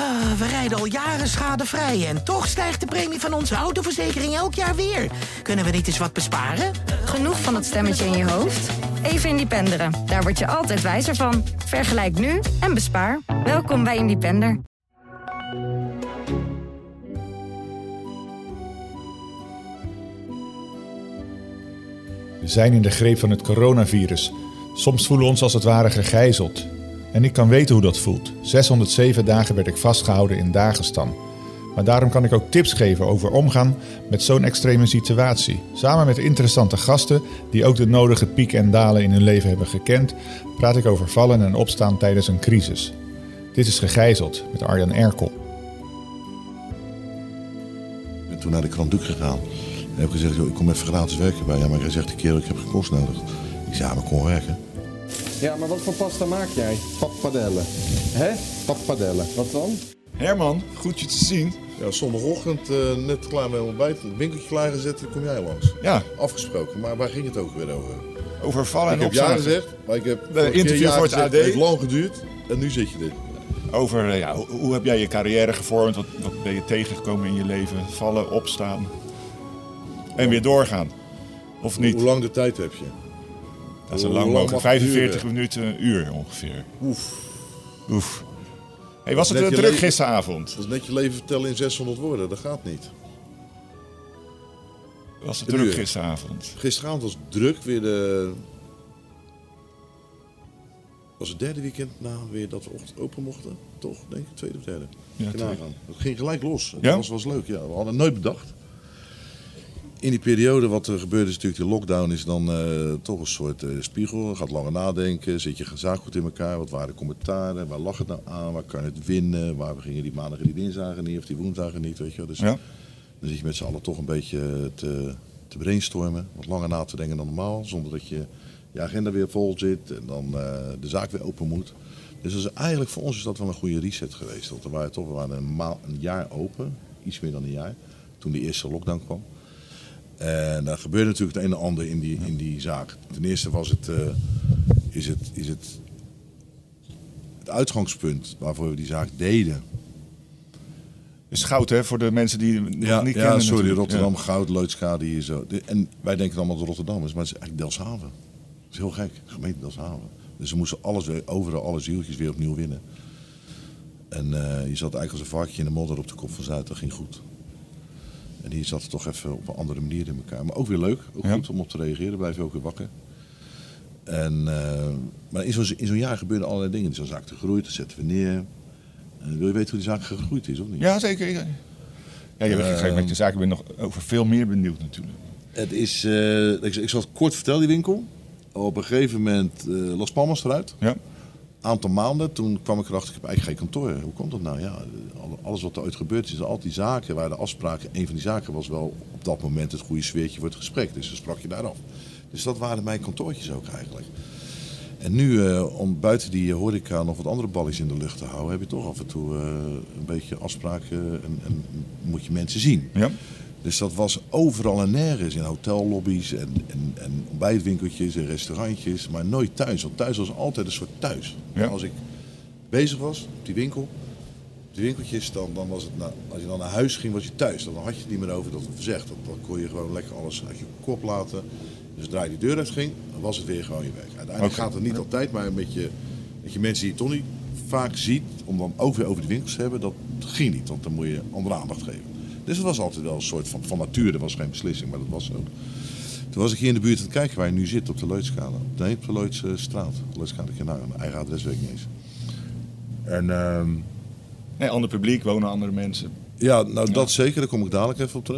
We rijden al jaren schadevrij en toch stijgt de premie van onze autoverzekering elk jaar weer. Kunnen we niet eens wat besparen? Genoeg van dat stemmetje in je hoofd? Even Independeren. Daar word je altijd wijzer van. Vergelijk nu en bespaar. Welkom bij Independer. We zijn in de greep van het coronavirus. Soms voelen we ons als het ware gegijzeld. En ik kan weten hoe dat voelt. 607 dagen werd ik vastgehouden in Dagestan. Maar daarom kan ik ook tips geven over omgaan met zo'n extreme situatie. Samen met interessante gasten die ook de nodige pieken en dalen in hun leven hebben gekend, praat ik over vallen en opstaan tijdens een crisis. Dit is Gegijzeld met Arjan Erkel. Ik ben toen naar de krant Duc gegaan. En heb gezegd, joh, ik kom even gratis werken bij. Ja, maar hij zegt de kerel, ik heb geen kost nodig. Ik zei, ja, maar kom werken. Ja, maar wat voor pasta maak jij? Pappardellen. Hè? Pappardellen. Wat dan? Herman, goed je te zien. Ja, zondagochtend net klaar met ontbijt, het winkeltje klaargezet, dan kom jij langs. Ja. Afgesproken, maar waar ging het ook weer over? Over vallen en Ik heb opstaan. ja gezegd, maar ik heb de interview voor het AD. Het heeft lang geduurd en nu zit je er. Over hoe heb jij je carrière gevormd, wat ben je tegengekomen in je leven? Vallen, opstaan en weer doorgaan. Of niet? Hoe lang de tijd heb je? Dat is een lang mogelijk. 45 minuten, een uur ongeveer. Oef. Hey, was het druk gisteravond? Dat is net je leven vertellen in 600 woorden, dat gaat niet. Was het druk gisteravond? Gisteravond was druk, weer was het derde weekend weer dat we ochtend open mochten, toch? Denk ik, tweede of derde. Ja, het ging gelijk los. Ja? Dat was leuk, ja. We hadden het nooit bedacht. In die periode, wat er gebeurde is natuurlijk, de lockdown is dan toch een soort spiegel. Je gaat langer nadenken, zit je zaak goed in elkaar, wat waren de commentaren, waar lag het nou aan, waar kan je het winnen, waar gingen die maandag en die dinsdagen niet of die woensdagen niet, weet je wel. Dus ja. Dan zit je met z'n allen toch een beetje te brainstormen, wat langer na te denken dan normaal, zonder dat je agenda weer vol zit en dan de zaak weer open moet. Dus dat is eigenlijk voor ons is dat wel een goede reset geweest. Want we waren een jaar open, iets meer dan een jaar, toen de eerste lockdown kwam. En daar gebeurde natuurlijk het een en ander in die zaak. Ten eerste was is het uitgangspunt waarvoor we die zaak deden. Is goud, hè, voor de mensen die het nog niet kennen. Ja, sorry, natuurlijk. Rotterdam, goud, Lloydskade hier zo. En wij denken allemaal dat Rotterdam is, maar het is eigenlijk Delfshaven. Dat is heel gek, gemeente Delfshaven. Dus we moesten overal alle zieltjes weer opnieuw winnen. En je zat eigenlijk als een varkentje in de modder op de kop van Zuid, dat ging goed. En hier zat het toch even op een andere manier in elkaar. Maar ook weer leuk, ook goed om op te reageren, blijf je ook weer wakker. En, maar in zo'n jaar gebeuren allerlei dingen. Zo'n zaak te groeien, dat zetten we neer. En wil je weten hoe die zaak gegroeid is, of niet? Ja, zeker. Ja, je met de zaak, ik ben nog over veel meer benieuwd natuurlijk. Het is, ik zal het kort vertellen, die winkel. Op een gegeven moment Las Palmas eruit. Ja. Aantal maanden, toen kwam ik erachter, ik heb eigenlijk geen kantoor. Hoe komt dat nou? Ja, alles wat er ooit gebeurd is, al die zaken waar de afspraken, een van die zaken was wel op dat moment het goede sfeertje voor het gesprek. Dus dan sprak je daar af. Dus dat waren mijn kantoortjes ook eigenlijk. En nu, om buiten die horeca nog wat andere balletjes in de lucht te houden, heb je toch af en toe een beetje afspraken en moet je mensen zien. Ja. Dus dat was overal en nergens, in hotellobby's en ontbijtwinkeltjes en restaurantjes, maar nooit thuis. Want thuis was altijd een soort thuis. Ja. Als ik bezig was op die winkeltjes, dan was het, als je dan naar huis ging, was je thuis. Dan had je het niet meer over dat het verzegd. Dan kon je gewoon lekker alles uit je kop laten. Dus zodra je die deur uit ging, dan was het weer gewoon je werk. Uiteindelijk gaat het niet altijd, maar met je mensen die je toch niet vaak ziet, om dan ook weer over de winkels te hebben, dat ging niet. Want dan moet je andere aandacht geven. Dus het was altijd wel een soort van natuur. Dat was geen beslissing, maar dat was zo. Toen was ik hier in de buurt aan het kijken waar je nu zit, op de Lloydskade. Nee, op de Lloydsstraat. Lloydskade, mijn eigen adres weet ik niet eens. En, ander publiek, wonen andere mensen. Ja, nou dat zeker. Daar kom ik dadelijk even op terug.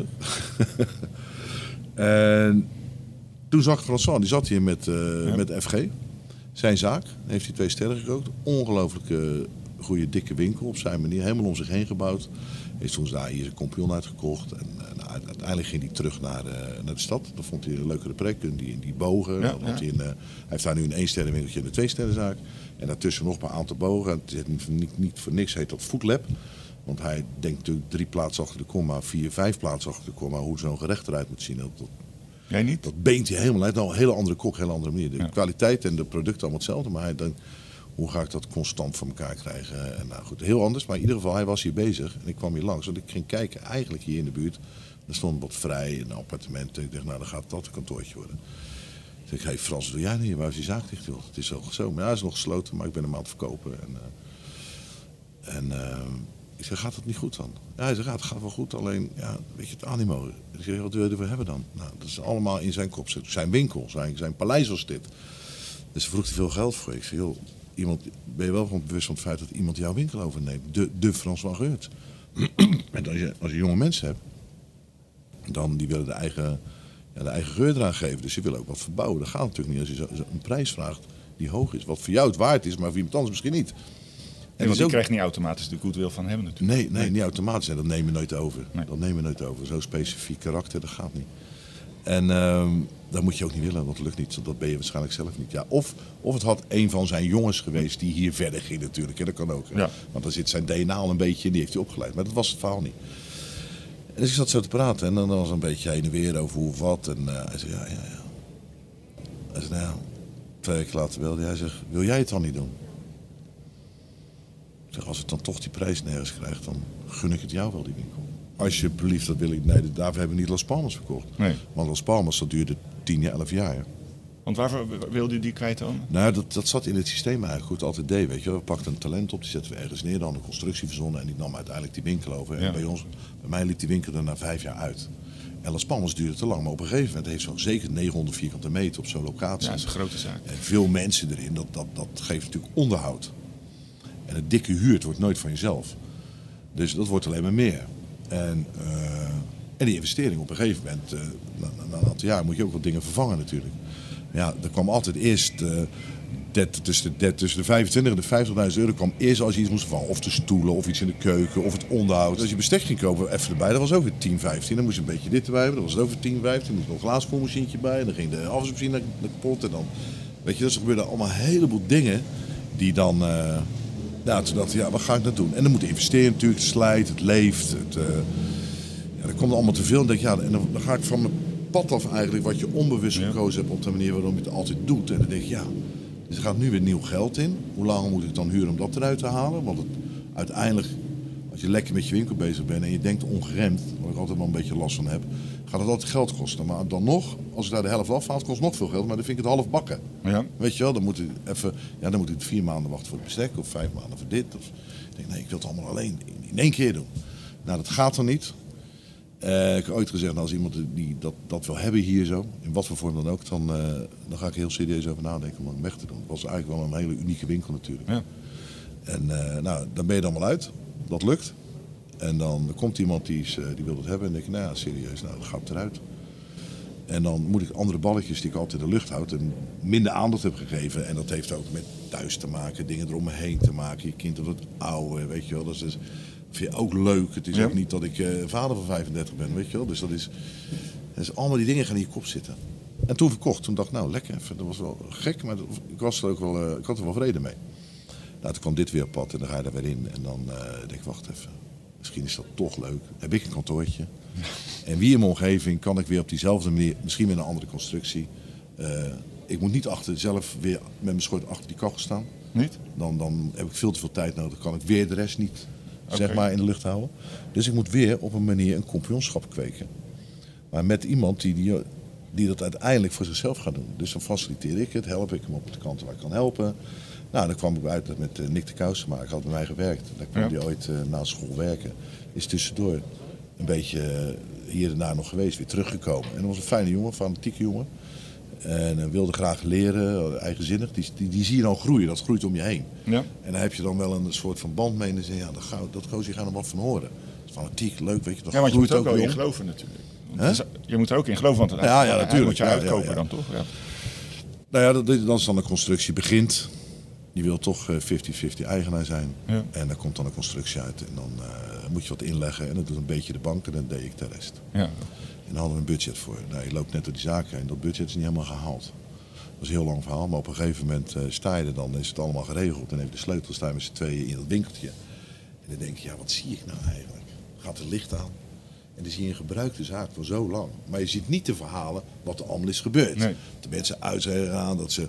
En toen zag ik François, die zat hier met FG. Zijn zaak, heeft hij 2 sterren gekookt. Ongelooflijke goede dikke winkel op zijn manier. Helemaal om zich heen gebouwd. Heeft toen daar hier zijn compagnon uitgekocht. En uiteindelijk ging hij terug naar de stad. Dan vond hij een leukere plek in die bogen. Ja, hij heeft daar nu een 1-sterren winkeltje en een 2-sterren zaak. En daartussen nog een aantal bogen. Het is niet voor niks heet dat Food Lab. Want hij denkt natuurlijk 3 plaatsen achter de komma, 4, 5 plaatsen achter de komma. Hoe zo'n gerecht eruit moet zien. Jij niet? Dat beent hij helemaal uit. Nou, een hele andere kok, een hele andere manier. De kwaliteit en de producten allemaal hetzelfde. Maar hij denkt, Hoe ga ik dat constant voor elkaar krijgen? En nou goed, heel anders. Maar in ieder geval, hij was hier bezig. En ik kwam hier langs. Want ik ging kijken, eigenlijk hier in de buurt. Er stond wat vrij, een appartement. Ik dacht, nou, dan gaat dat een kantoortje worden. Ik zeg, hey Frans, doe jij niet? Waar is die zaak dicht? Joh? Het is zo zo. Maar hij is nog gesloten, maar ik ben hem aan het verkopen. Ik zeg, gaat het niet goed dan? Ja, hij zegt, ja, het gaat wel goed. Alleen, ja, weet je, het animo. Ik zeg, wat wil je ervoor hebben dan? Nou, dat is allemaal in zijn kop. Zijn winkel, zijn paleis was dit. Dus vroeg hij veel geld voor. Ik zeg, joh, ben je wel bewust van het feit dat iemand jouw winkel overneemt? De François Geurt. En als je jonge mensen hebt, dan die willen de eigen geur eraan geven. Dus die willen ook wat verbouwen. Dat gaat natuurlijk niet als je een prijs vraagt die hoog is. Wat voor jou het waard is, maar voor iemand anders misschien niet. En want je krijgt niet automatisch de goodwill van hem natuurlijk. Nee, niet automatisch. En dat neem je nooit over. Nee. Dat neem je nooit over. Zo'n specifiek karakter, dat gaat niet. En dat moet je ook niet willen, want dat lukt niet. Dat ben je waarschijnlijk zelf niet. Ja, of het had een van zijn jongens geweest die hier verder ging natuurlijk. En dat kan ook. Ja. Want dan zit zijn DNA al een beetje en die heeft hij opgeleid. Maar dat was het verhaal niet. En dus ik zat zo te praten en dan was een beetje heen en weer over hoe of wat. En hij zei, ja. Hij zei, nou ja, 2 weken later belde hij. Hij zegt, wil jij het dan niet doen? Ik zeg, als ik dan toch die prijs nergens krijg, dan gun ik het jou wel, die winkel. Alsjeblieft, dat wil ik. Nee, daarvoor hebben we niet Las Palmas verkocht. Nee. Want Las Palmas, dat duurde 10, 11 jaar. Want waarvoor wilde u die kwijt dan? Nou, dat zat in het systeem eigenlijk goed altijd deed, weet je. We pakten een talent op, die zetten we ergens neer, dan een constructie verzonnen en die nam uiteindelijk die winkel over. Ja. En bij mij liep die winkel er na 5 jaar uit. En Las Palmas duurde te lang, maar op een gegeven moment heeft zo'n zeker 900 vierkante meter op zo'n locatie. Ja, dat is een grote zaak. En veel mensen erin, dat geeft natuurlijk onderhoud. En het dikke huurt wordt nooit van jezelf. Dus dat wordt alleen maar meer. En die investering op een gegeven moment, na een aantal jaar moet je ook wat dingen vervangen natuurlijk. Ja, er kwam altijd eerst tussen de 25 en de 50.000 euro kwam eerst als je iets moest vervangen. Of de stoelen, of iets in de keuken, of het onderhoud. Als je bestek ging kopen, even erbij, dat was ook weer 10, 15. Dan moest je een beetje dit erbij hebben, dat was ook weer 10, 15. Dan moest nog een glaasvoermachientje bij, en dan ging de afwasmachine kapot. En dan, weet je, dus er gebeurden allemaal een heleboel dingen die dan... toen dacht ik, ja, wat ga ik nou doen? En dan moet je investeren natuurlijk, het slijt, het leeft. Dat komt allemaal te veel. En denk, ja, en dan ga ik van mijn pad af eigenlijk, wat je onbewust gekozen hebt op de manier waarom je het altijd doet. En dan denk je, ja, dus er gaat nu weer nieuw geld in. Hoe lang moet ik dan huren om dat eruit te halen? Want uiteindelijk, als je lekker met je winkel bezig bent en je denkt ongeremd, waar ik altijd wel een beetje last van heb, gaat het altijd geld kosten. Maar dan nog, als ik daar de helft afhaal, kost het nog veel geld, maar dan vind ik het half bakken. Ja. Weet je wel, dan moet ik 4 maanden wachten voor het bestek of 5 maanden voor dit. Of, ik denk, nee, ik wil het allemaal alleen in 1 keer doen. Nou, dat gaat dan niet. Ik heb ooit gezegd, nou, als iemand die dat wil hebben hier zo, in wat voor vorm dan ook, dan ga ik heel serieus over nadenken om hem weg te doen. Het was eigenlijk wel een hele unieke winkel natuurlijk. Ja. En dan ben je er allemaal uit. Dat lukt. En dan komt iemand die wil het hebben en denk ik, nou ja, serieus, nou, dan gaat het eruit. En dan moet ik andere balletjes die ik altijd in de lucht houd en minder aandacht heb gegeven. En dat heeft ook met thuis te maken, dingen eromheen te maken. Je kind wordt ouder, weet je wel. Dat vind je ook leuk. Het is ook niet dat ik vader van 35 ben, weet je wel. Dus dat is allemaal die dingen gaan in je kop zitten. En toen verkocht. Toen dacht ik, nou lekker even. Dat was wel gek, maar ik had er wel vrede mee. Nou, toen kwam dit weer op pad en dan ga je daar weer in. En dan denk ik, wacht even. Misschien is dat toch leuk. Heb ik een kantoortje. En wie in mijn omgeving kan ik weer op diezelfde manier, misschien met een andere constructie. Ik moet niet zelf weer met mijn schort achter die kachel staan. Niet? Dan heb ik veel te veel tijd nodig. Kan ik weer de rest niet zeg maar in de lucht houden. Dus ik moet weer op een manier een compagnonschap kweken. Maar met iemand die dat uiteindelijk voor zichzelf gaat doen. Dus dan faciliteer ik het, help ik hem op de kanten waar ik kan helpen. Nou, dan kwam ik uit met Nick de Kousenmaker. Ik had bij mij gewerkt. Daar kwam hij ooit na school werken. Is tussendoor een beetje hier en daar nog geweest, weer teruggekomen. En dat was een fijne jongen, fanatieke jongen. En wilde graag leren, eigenzinnig. Die zie je dan groeien, dat groeit om je heen. Ja. En dan heb je dan wel een soort van band mee. En dan zeg je, ja, dat gozer, je gaat er wat van horen. Dat is fanatiek, leuk, weet je. Dat want je moet ook wel in geloven natuurlijk. Je moet er ook in geloven, want natuurlijk. Moet je uitkopen dan toch? Ja. Nou ja, dan is dan de constructie begint. Je wil toch 50-50 eigenaar zijn. Ja. En daar komt dan een constructie uit. En dan moet je wat inleggen. En dat doet een beetje de bank en dan deed ik de rest. Ja. En dan hadden we een budget voor. Nou, je loopt net door die zaken en dat budget is niet helemaal gehaald. Dat is een heel lang verhaal. Maar op een gegeven moment sta je er dan, is het allemaal geregeld. En even de sleutel staan met z'n tweeën in dat winkeltje. En dan denk je, ja, wat zie ik nou eigenlijk? Gaat het licht aan? En dan zie je een gebruikte zaak voor zo lang. Maar je ziet niet de verhalen wat er allemaal is gebeurd. Nee. Dat de mensen uit zijn gegaan, dat ze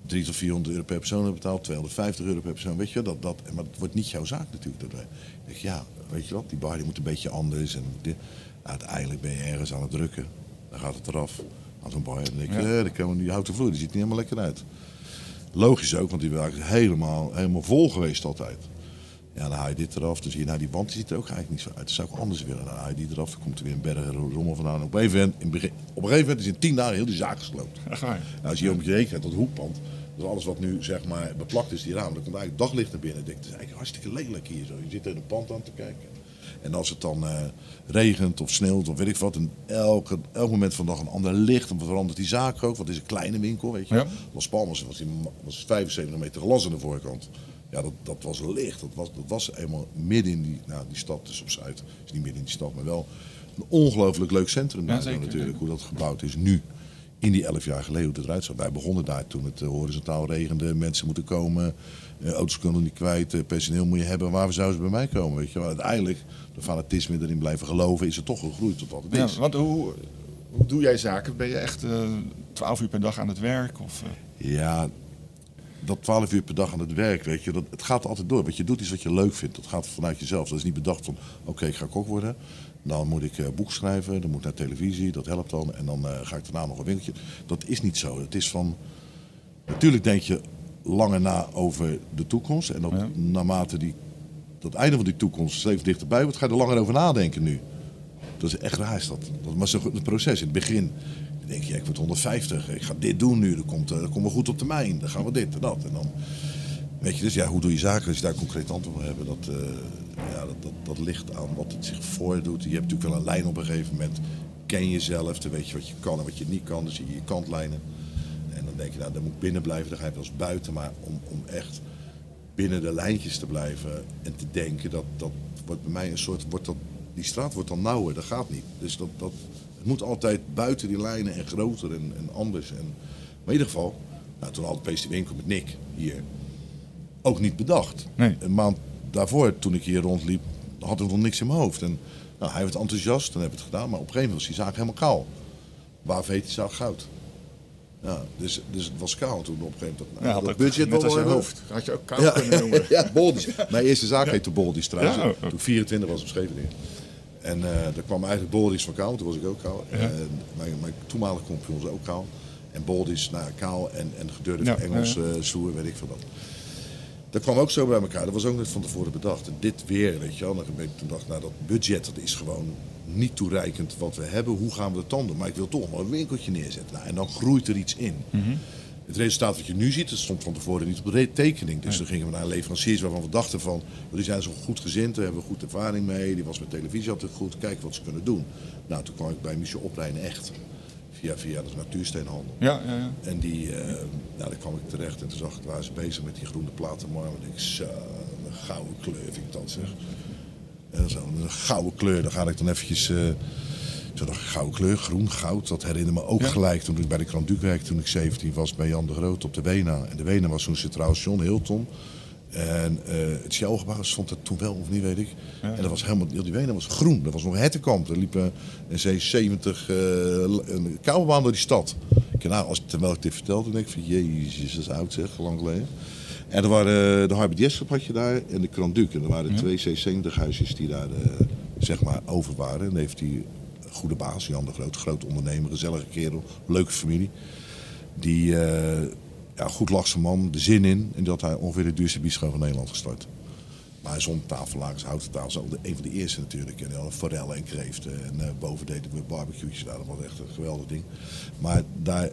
300 tot 400 euro per persoon hebben betaald, 250 euro per persoon. Weet je, maar het wordt niet jouw zaak natuurlijk. Ik denk, ja, weet je wat, die bar die moet een beetje anders. En uiteindelijk ben je ergens aan het drukken. Dan gaat het eraf aan zo'n bar. En dan denk je, dan komen die houten vloer, die ziet er niet helemaal lekker uit. Logisch ook, want die waren helemaal vol geweest altijd. Ja, dan haal je dit eraf, dan zie je, die wand die ziet er ook eigenlijk niet zo uit. Dat zou ik anders willen. Dan haal je die eraf, dan komt er weer een berg rommel vandaan. Op een gegeven moment is in 10 dagen heel die zaak gesloopt. Nou, als je om je heen kijkt, dat hoekpand, dus alles wat nu zeg maar beplakt is, die ramen, dan komt eigenlijk daglicht naar binnen. Ik denk, het is eigenlijk hartstikke lelijk hier zo. Je zit er in een pand aan te kijken. En als het dan regent of sneeuwt of weet ik wat, en elk moment van de dag een ander licht, dan verandert die zaak ook. Want het is een kleine winkel, weet je. Ja. Las Palmas was 75 meter glas aan de voorkant. Ja, dat was licht. Dat was eenmaal midden in die stad, dus op Zuid. Het is niet midden in die stad, maar wel een ongelooflijk leuk centrum. Ja, zeker, natuurlijk, hoe dat gebouwd is nu. In die 11 jaar geleden, hoe het eruit zag. Wij begonnen daar toen het horizontaal regende. Mensen moeten komen, auto's kunnen niet kwijt, personeel moet je hebben. Waar zouden ze bij mij komen, weet je. Maar uiteindelijk, de fanatisme erin blijven geloven, is het toch gegroeid tot wat het is. Want hoe doe jij zaken? Ben je echt 12 uur per dag aan het werk? Of? Ja, dat 12 uur per dag aan het werk, weet je, het gaat altijd door. Wat je doet is wat je leuk vindt. Dat gaat vanuit jezelf. Dat is niet bedacht van, oké, ik ga kok worden. Dan moet ik boek schrijven, dan moet ik naar televisie, dat helpt dan. En dan ga ik daarna nog een winkeltje. Dat is niet zo. Het is van, natuurlijk denk je langer na over de toekomst. En dat naarmate dat einde van die toekomst steeds dichterbij wordt, ga je er langer over nadenken nu. Dat is echt raar is dat. Maar zo het proces in het begin. Dan denk je, ik word 150, ik ga dit doen nu. Dat komt wel goed op termijn. Dan gaan we dit en dat. En dan, weet je, dus ja, hoe doe je zaken als je daar concreet antwoord op hebben? Dat ligt aan wat het zich voordoet. Je hebt natuurlijk wel een lijn op een gegeven moment. Ken jezelf, dan weet je wat je kan en wat je niet kan. Dan zie je je kantlijnen. En dan denk je, nou, dan moet ik binnen blijven. Dan ga je wel eens buiten. Maar om echt binnen de lijntjes te blijven en te denken, dat wordt bij mij een soort, die straat wordt dan nauwer. Dat gaat niet. Dus het moet altijd buiten die lijnen en groter en anders. Maar in ieder geval, nou, toen had PC Winkel met Nick hier ook niet bedacht. Nee. Een maand daarvoor, toen ik hier rondliep, had ik nog niks in mijn hoofd. En nou, hij werd enthousiast, dan heb ik het gedaan. Maar op een gegeven moment was die zaak helemaal kaal. Waar heet die zaak goud? Ja, dus het was kaal toen op een gegeven moment. Nou, dat budget net als je hoofd. Had je ook kaal kunnen noemen. Ja, Boldies. Mijn eerste zaak heette Boldies trouwens. Ja, toen ik 24 was op Scheveningen. En daar kwam eigenlijk Boldies van kaal, toen was ik ook kaal. Ja. Mijn toenmalige compagnon was ook kaal. En Boldies, kaal en gedurfd Engels, stoer, weet ik veel wat. Dat kwam ook zo bij elkaar. Dat was ook net van tevoren bedacht. En dit weer, weet je wel. Toen dacht ik, nou, dat budget dat is gewoon niet toereikend wat we hebben. Hoe gaan we dat dan doen? Maar ik wil toch wel een winkeltje neerzetten. Nou, en dan groeit er iets in. Mm-hmm. Het resultaat wat je nu ziet, dat stond van tevoren niet op de tekening. Dus toen gingen we naar leveranciers waarvan we dachten van, die zijn zo goed gezind, daar hebben we goed ervaring mee. Die was met televisie altijd goed, kijken wat ze kunnen doen. Nou, toen kwam ik bij Michel Opleiden echt. Via de natuursteenhandel. Ja. En daar kwam ik terecht en toen zag ik, waren ze bezig met die groene platen marmer. En ik zo, een gouden kleur vind ik dat zeg. En zo'n gouden kleur, daar ga ik dan eventjes... Zo dacht ik, gouden kleur, groen, goud, dat herinnerde me ook gelijk toen ik bij de Grand Duc werkte toen ik 17 was bij Jan de Groot op de Wena. En de Wena was zo'n Centraal Station, Hilton. En het Shell-gebouw stond er toen wel of niet, weet ik. Ja. En dat was helemaal, die Wena was groen. Dat was nog Hettenkamp. Er liep een C70 een kabelbaan door die stad. Terwijl ik dit vertelde, denk ik van jezus, dat is oud zeg, lang geleden. En er waren de Harvard Jessup had je daar en de Grand Duc. En er waren 2 C70 huisjes die daar zeg maar over waren. En dan heeft die goede baas, Jan de Groot, groot ondernemer, gezellige kerel, leuke familie. Die... goed lachse man, de zin in. En dat hij ongeveer de duurste bistro van Nederland gestart. Maar zo'n tafellakens, houten tafel, een van de eerste natuurlijk. En die hadden forellen en kreeften. En boven deden we barbecue's. Dat was echt een geweldig ding. Maar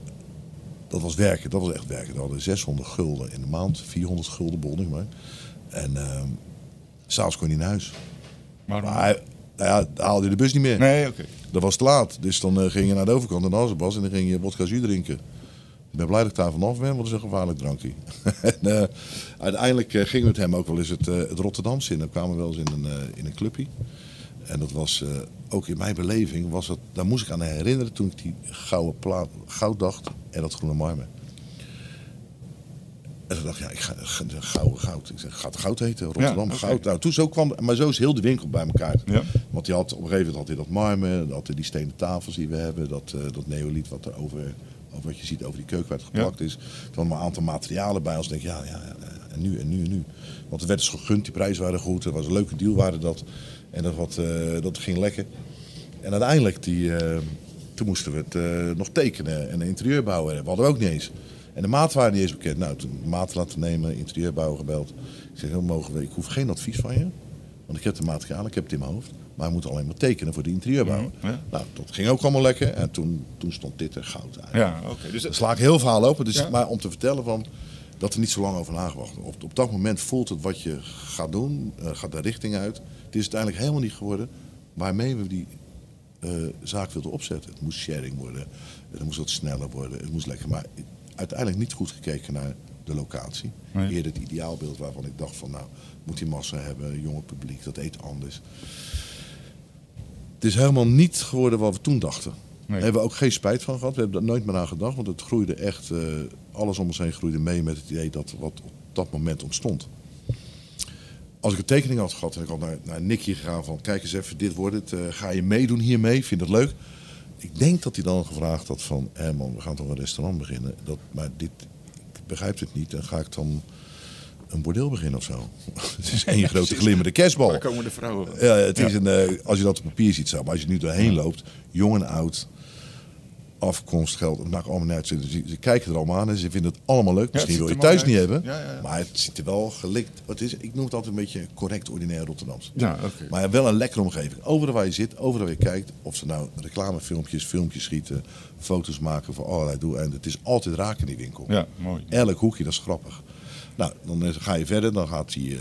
dat was werken, dat was echt werken. We hadden 600 gulden in de maand, 400 gulden bolling maar. En s'avonds kon je niet naar huis. Waarom? Maar dan haalde je de bus niet meer. Nee, oké. Dat was te laat. Dus dan ging je naar de overkant en als het was. En dan ging je vodka jus drinken. Ik ben blij dat ik daar vanaf ben, want dat is een gevaarlijk drankje. En, uiteindelijk gingen we met hem ook wel eens het Rotterdamse in. Dan kwamen we wel eens in een clubje. En dat was ook in mijn beleving, daar moest ik aan herinneren toen ik die goud dacht en dat groene marmer. En toen dacht ik, ik ga goud. Ik zeg, gaat het goud heten? Rotterdam, goud. Nou, toen zo kwam, maar zo is heel de winkel bij elkaar. Ja. Want op een gegeven moment had hij dat marmer, had hij die stenen tafels die we hebben, dat neoliet wat er Of wat je ziet over die keuken waar het geplakt is. Er waren een aantal materialen bij ons. Dan denk je, en nu. Want het werd dus gegund, die prijzen waren goed. Het was een leuke deal, waren dat. En dat ging lekker. En uiteindelijk, toen moesten we het nog tekenen en een interieur bouwen. Dat hadden we ook niet eens. En de maat waren niet eens bekend. Nou, toen de maat laten nemen, interieurbouwer gebeld. Ik zeg, ik hoef geen advies van je. Want ik heb de materialen, ik heb het in mijn hoofd. Maar hij moet alleen maar tekenen voor de interieurbouwer. Ja. Nou, dat ging ook allemaal lekker. En toen stond dit er goud uit. Ja, okay. Dus dan sla ik heel verhaal open. Dus maar om te vertellen dat er niet zo lang over nagedacht wordt. Op dat moment voelt het wat je gaat doen. Gaat de richting uit. Het is uiteindelijk helemaal niet geworden waarmee we die zaak wilden opzetten. Het moest sharing worden. Het moest wat sneller worden. Het moest lekker. Maar uiteindelijk niet goed gekeken naar de locatie. Nee. Eerder het ideaalbeeld waarvan ik dacht van moet die massa hebben, jonge publiek, dat eet anders. Het is helemaal niet geworden wat we toen dachten. Nee. Daar hebben we ook geen spijt van gehad. We hebben daar nooit meer aan gedacht, want het groeide echt, alles om ons heen groeide mee met het idee dat wat op dat moment ontstond. Als ik een tekening had gehad en ik had naar Nicky gegaan van kijk eens even, dit wordt het, ga je meedoen hiermee, vind je dat leuk? Ik denk dat hij dan gevraagd had van, man, we gaan toch een restaurant beginnen. Maar ik begrijp het niet, dan ga ik dan een bordeel beginnen of zo. Het is één grote glimmende kerstbal. Waar komen de vrouwen? Ja, het is als je dat op papier ziet zo, maar als je nu doorheen loopt, jong en oud, afkomst, geld, het maakt allemaal niet uit. Ze kijken er allemaal aan en ze vinden het allemaal leuk. Misschien wil je het thuis niet hebben, maar het ziet er wel gelikt. Ik noem het altijd een beetje correct, ordinair Rotterdams. Ja, okay. Maar wel een lekkere omgeving. Overal waar je zit, overal waar je kijkt, of ze nou reclamefilmpjes, filmpjes schieten, foto's maken voor allerlei doeleinden. Het is altijd raak in die winkel. Ja, mooi. Elk hoekje, dat is grappig. Nou, dan ga je verder, dan gaat hij...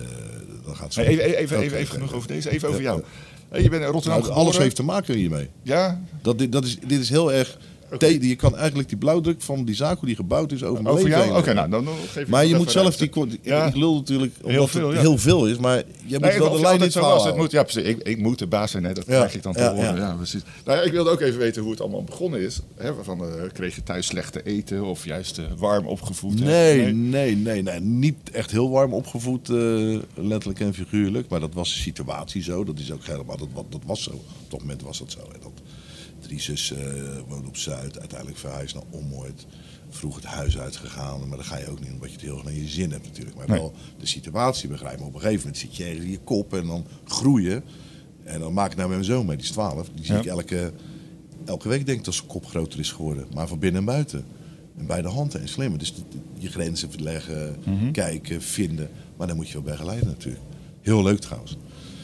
Even genoeg over deze, even over jou. Je bent in Rotterdam geboren. Alles heeft te maken hiermee. Ja? Dit is heel erg... Okay. Je kan eigenlijk die blauwdruk van die zaak, hoe die gebouwd is, over mijn leven. Oké, nou dan geef ik. Maar je moet zelf ik lul natuurlijk omdat het heel veel is, maar je moet wel de lijn in het precies. Ik moet de baas zijn, dat krijg ik dan te horen. Ja, precies. Nou, ik wilde ook even weten hoe het allemaal begonnen is. Kreeg je thuis slechte eten of juist warm opgevoed? Nee, niet echt heel warm opgevoed, letterlijk en figuurlijk. Maar dat was de situatie zo. Dat is ook helemaal, dat was zo. Op dat moment was dat zo. Drie zussen woonden op Zuid, uiteindelijk verhuisd naar Ommoord. Vroeg het huis uitgegaan, maar dan ga je ook niet omdat je het heel erg naar je zin hebt natuurlijk. Maar wel de situatie begrijpen. Op een gegeven moment zit je ergens in je kop en dan groeien. En dan maak ik nou met mijn zoon mee, die is 12. Die zie ik elke week denk ik dat zijn kop groter is geworden. Maar van binnen en buiten. En bij de hand en slimmer. Dus je grenzen verleggen, kijken, vinden. Maar dan moet je wel begeleiden natuurlijk. Heel leuk trouwens.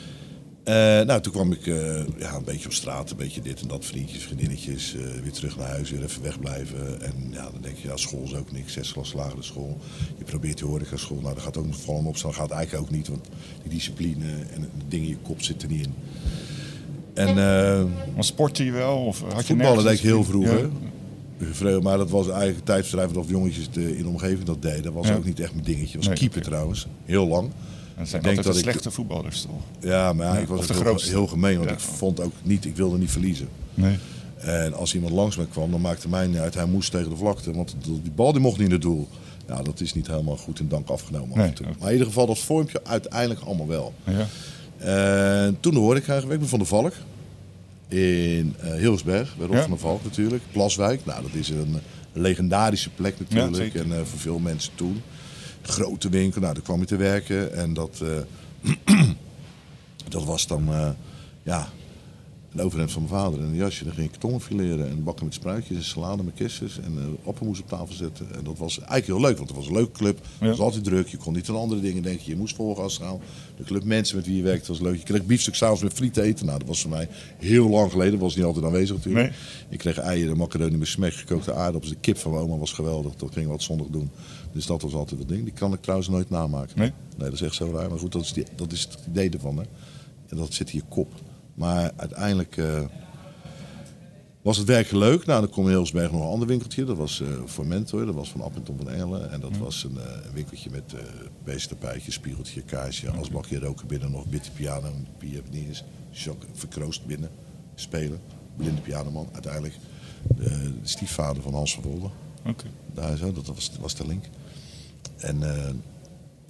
Toen kwam ik een beetje op straat, een beetje dit en dat, vriendjes, vriendinnetjes, weer terug naar huis, weer even wegblijven. En dan denk je, school is ook niks, 6 klas lagere school. Je probeert die horecaschool, dat gaat ook nog vallen op, dat gaat eigenlijk ook niet, want die discipline en de dingen in je kop zitten er niet in. En, maar sportte je wel? Of had je voetballen deed ik heel vroeger. Ja. Maar dat was eigenlijk een tijdverdrijf of jongetjes in de omgeving dat deden. Dat was ook niet echt mijn dingetje. Dat was keeper trouwens, heel lang. En zijn altijd de slechte voetballers toch? Ja, maar ik was heel gemeen, want ik vond ook niet, ik wilde niet verliezen. Nee. En als iemand langs me kwam, dan maakte mij niet uit. Hij moest tegen de vlakte, want die bal die mocht niet in het doel. Ja, dat is niet helemaal goed in dank afgenomen af en toe. Maar in ieder geval, dat vormpje uiteindelijk allemaal wel. Ja. Toen hoorde ik eigenlijk, ik ben van de Valk. In Hilversberg, bij Rob van der Valk natuurlijk. Plaswijk, nou dat is een legendarische plek natuurlijk. En voor veel mensen toen. Grote winkel, daar kwam je te werken en dat was dan een overhemd van mijn vader en een jasje. Dan ging ik karton fileren en bakken met spruitjes en salade met kistjes en appelmoes op tafel zetten. En dat was eigenlijk heel leuk, want het was een leuke club. Het was altijd druk, je kon niet aan andere dingen denken, je moest volgas gaan. De club mensen met wie je werkte was leuk. Je kreeg biefstuk s'avonds met friet eten. Nou, dat was voor mij heel lang geleden, dat was niet altijd aanwezig natuurlijk. Nee. Ik kreeg eieren, macaroni met smek, gekookte aardappels. De kip van mijn oma was geweldig, dat ging wat zondag doen. Dus dat was altijd het ding. Die kan ik trouwens nooit namaken. Nee, dat is echt zo raar. Maar goed, dat is het idee ervan. Hè. En dat zit in je kop. Maar uiteindelijk was het werk leuk. Nou, dan kwam in Hilversberg nog een ander winkeltje. Dat was voor Mentor. Dat was van App en Tom van Engelen. En dat was een winkeltje met beestapijtje, spiegeltje, kaarsje, asbakje, roken binnen. Nog witte piano. Wie heb niet eens. Jacques verkroost binnen. Spelen. Blinde pianoman. Uiteindelijk de stiefvader van Hans van Wolde. Okay. Daar zo, dat was de link. En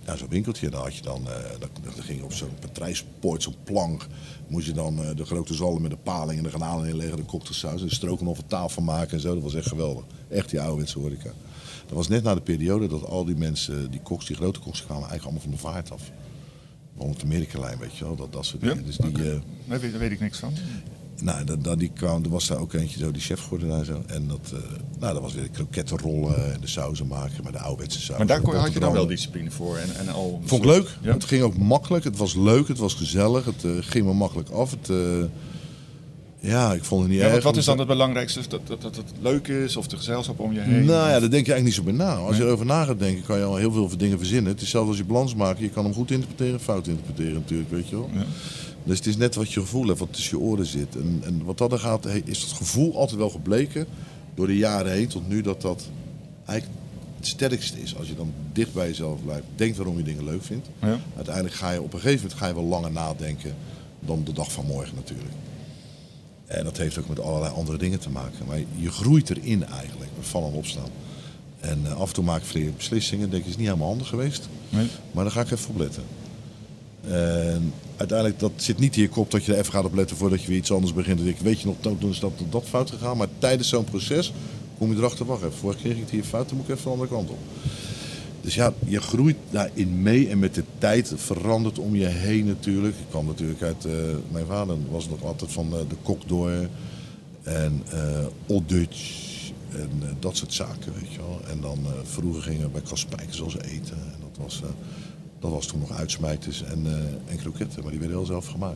zo'n winkeltje. Dan had je dan ging je op zo'n patrijspoort, zo'n plank. Moest je dan de grote zalm met de paling en de garnalen inleggen, de cocktailsaus en de stroganoff op tafel maken en zo. Dat was echt geweldig. Echt die ouderwetse horeca. Dat was net na de periode dat al die mensen, die koks, die grote koks, kwamen eigenlijk allemaal van de vaart af. Rond de Amerika-lijn, weet je wel, dat soort dingen. Ja? Dus Daar weet ik niks van. Nou, er was daar ook eentje, zo, die chef geworden daar zo. En dat was weer de krokettenrollen en de sauzen maken, maar de ouderwetse saus. Maar daar had je dan wel discipline voor en al. Vond ik leuk. Ja? Het ging ook makkelijk. Het was leuk, het was gezellig. Het ging me makkelijk af. Ik vond het niet erg. Wat is dan het belangrijkste? Dat het leuk is of de gezelschap om je heen? Nou ja, daar denk je eigenlijk niet zo bij na. Als je erover na gaat denken, kan je al heel veel dingen verzinnen. Het is zelfs als je balans maakt. Je kan hem goed interpreteren, fout interpreteren natuurlijk, weet je wel. Ja. Dus het is net wat je gevoel hebt, wat tussen je oren zit. En wat dat er gaat, is het gevoel altijd wel gebleken door de jaren heen tot nu dat eigenlijk het sterkste is. Als je dan dicht bij jezelf blijft, denkt waarom je dingen leuk vindt. Ja. Uiteindelijk ga je op een gegeven moment wel langer nadenken dan de dag van morgen natuurlijk. En dat heeft ook met allerlei andere dingen te maken. Maar je groeit erin eigenlijk, met vallen en opstaan. En af en toe maak ik verkeerde beslissingen. Denk ik, is niet helemaal handig geweest. Nee. Maar daar ga ik even op letten. En uiteindelijk, dat zit niet in je kop dat je er even gaat op letten voordat je weer iets anders begint. Dan denk ik, weet je nog, toen is dat fout gegaan. Maar tijdens zo'n proces kom je erachter, wacht even, vorige keer ging het hier fout, dan moet ik even de andere kant op. Dus ja, je groeit daarin mee en met de tijd verandert om je heen natuurlijk. Ik kwam natuurlijk uit, mijn vader was nog altijd van de kok door en Old Dutch en dat soort zaken, weet je wel. En dan vroeger gingen we bij Kaspijkers als eten en dat was toen nog uitsmijters en kroketten, maar die werden wel zelf gemaakt.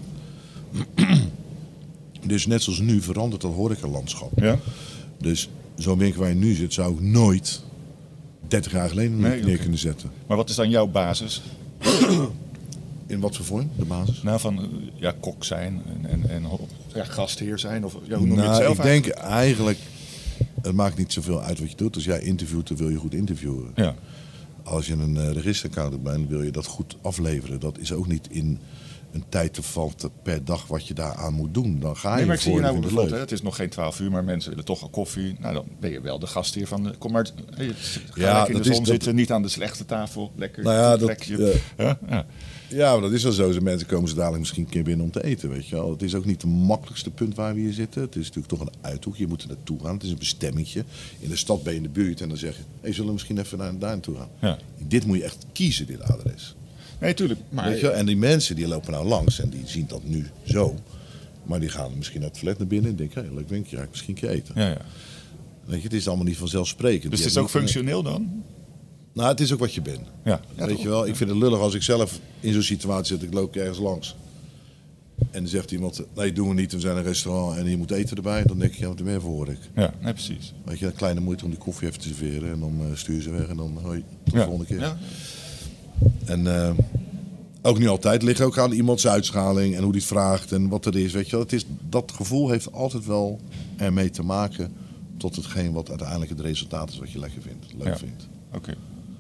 Dus net zoals nu verandert dat horecalandschap. Ja. Dus zo'n winkel waar je nu zit zou ik nooit 30 jaar geleden neer kunnen zetten. Maar wat is dan jouw basis? In wat voor vorm, de basis? Nou, van kok zijn en gastheer zijn? Of hoe noem je het zelf? Ik denk eigenlijk, het maakt niet zoveel uit wat je doet. Als jij interviewt, dan wil je goed interviewen. Ja. Als je een registeraccountant bent, dan wil je dat goed afleveren. Dat is ook niet in een tijd te vatten per dag wat je daaraan moet doen. Dan ga je maar ik zie je nou bijvoorbeeld, het is nog geen 12 uur, maar mensen willen toch al koffie. Nou, dan ben je wel de gastheer van kom maar, ga lekker in de zon zitten, niet aan de slechte tafel. Lekker plekje. Ja, maar dat is wel zo. De mensen komen ze dadelijk misschien een keer binnen om te eten, weet je wel. Het is ook niet het makkelijkste punt waar we hier zitten. Het is natuurlijk toch een uithoek. Je moet er naartoe gaan. Het is een bestemmingje. In de stad ben je in de buurt en dan zeg je, zullen we misschien even daar naartoe gaan? Ja. Dit moet je echt kiezen, dit adres. Nee, tuurlijk. Maar weet je wel? En die mensen die lopen nou langs en die zien dat nu zo. Maar die gaan misschien naar het toilet naar binnen en denken, leuk winkeltje, ga ik misschien een keer eten. Ja. Weet je, het is allemaal niet vanzelfsprekend. Dus het is ook functioneel dan? Nou, het is ook wat je bent. Ja. Weet je wel, ik vind het lullig als ik zelf in zo'n situatie zit, ik loop ergens langs. En dan zegt iemand, nee, doen we niet, we zijn een restaurant en je moet eten erbij. Dan denk ik, wat meer voor ik. Ja, nee, precies. Weet je, een kleine moeite om die koffie even te serveren en dan stuur ze weg en dan hoi, tot de volgende keer. Ja. En ook niet altijd, liggen ook aan iemands uitschaling en hoe die het vraagt en wat er is. Weet je wel, dat gevoel heeft altijd wel ermee te maken tot hetgeen wat uiteindelijk het resultaat is wat je lekker vindt, leuk vindt. Oké.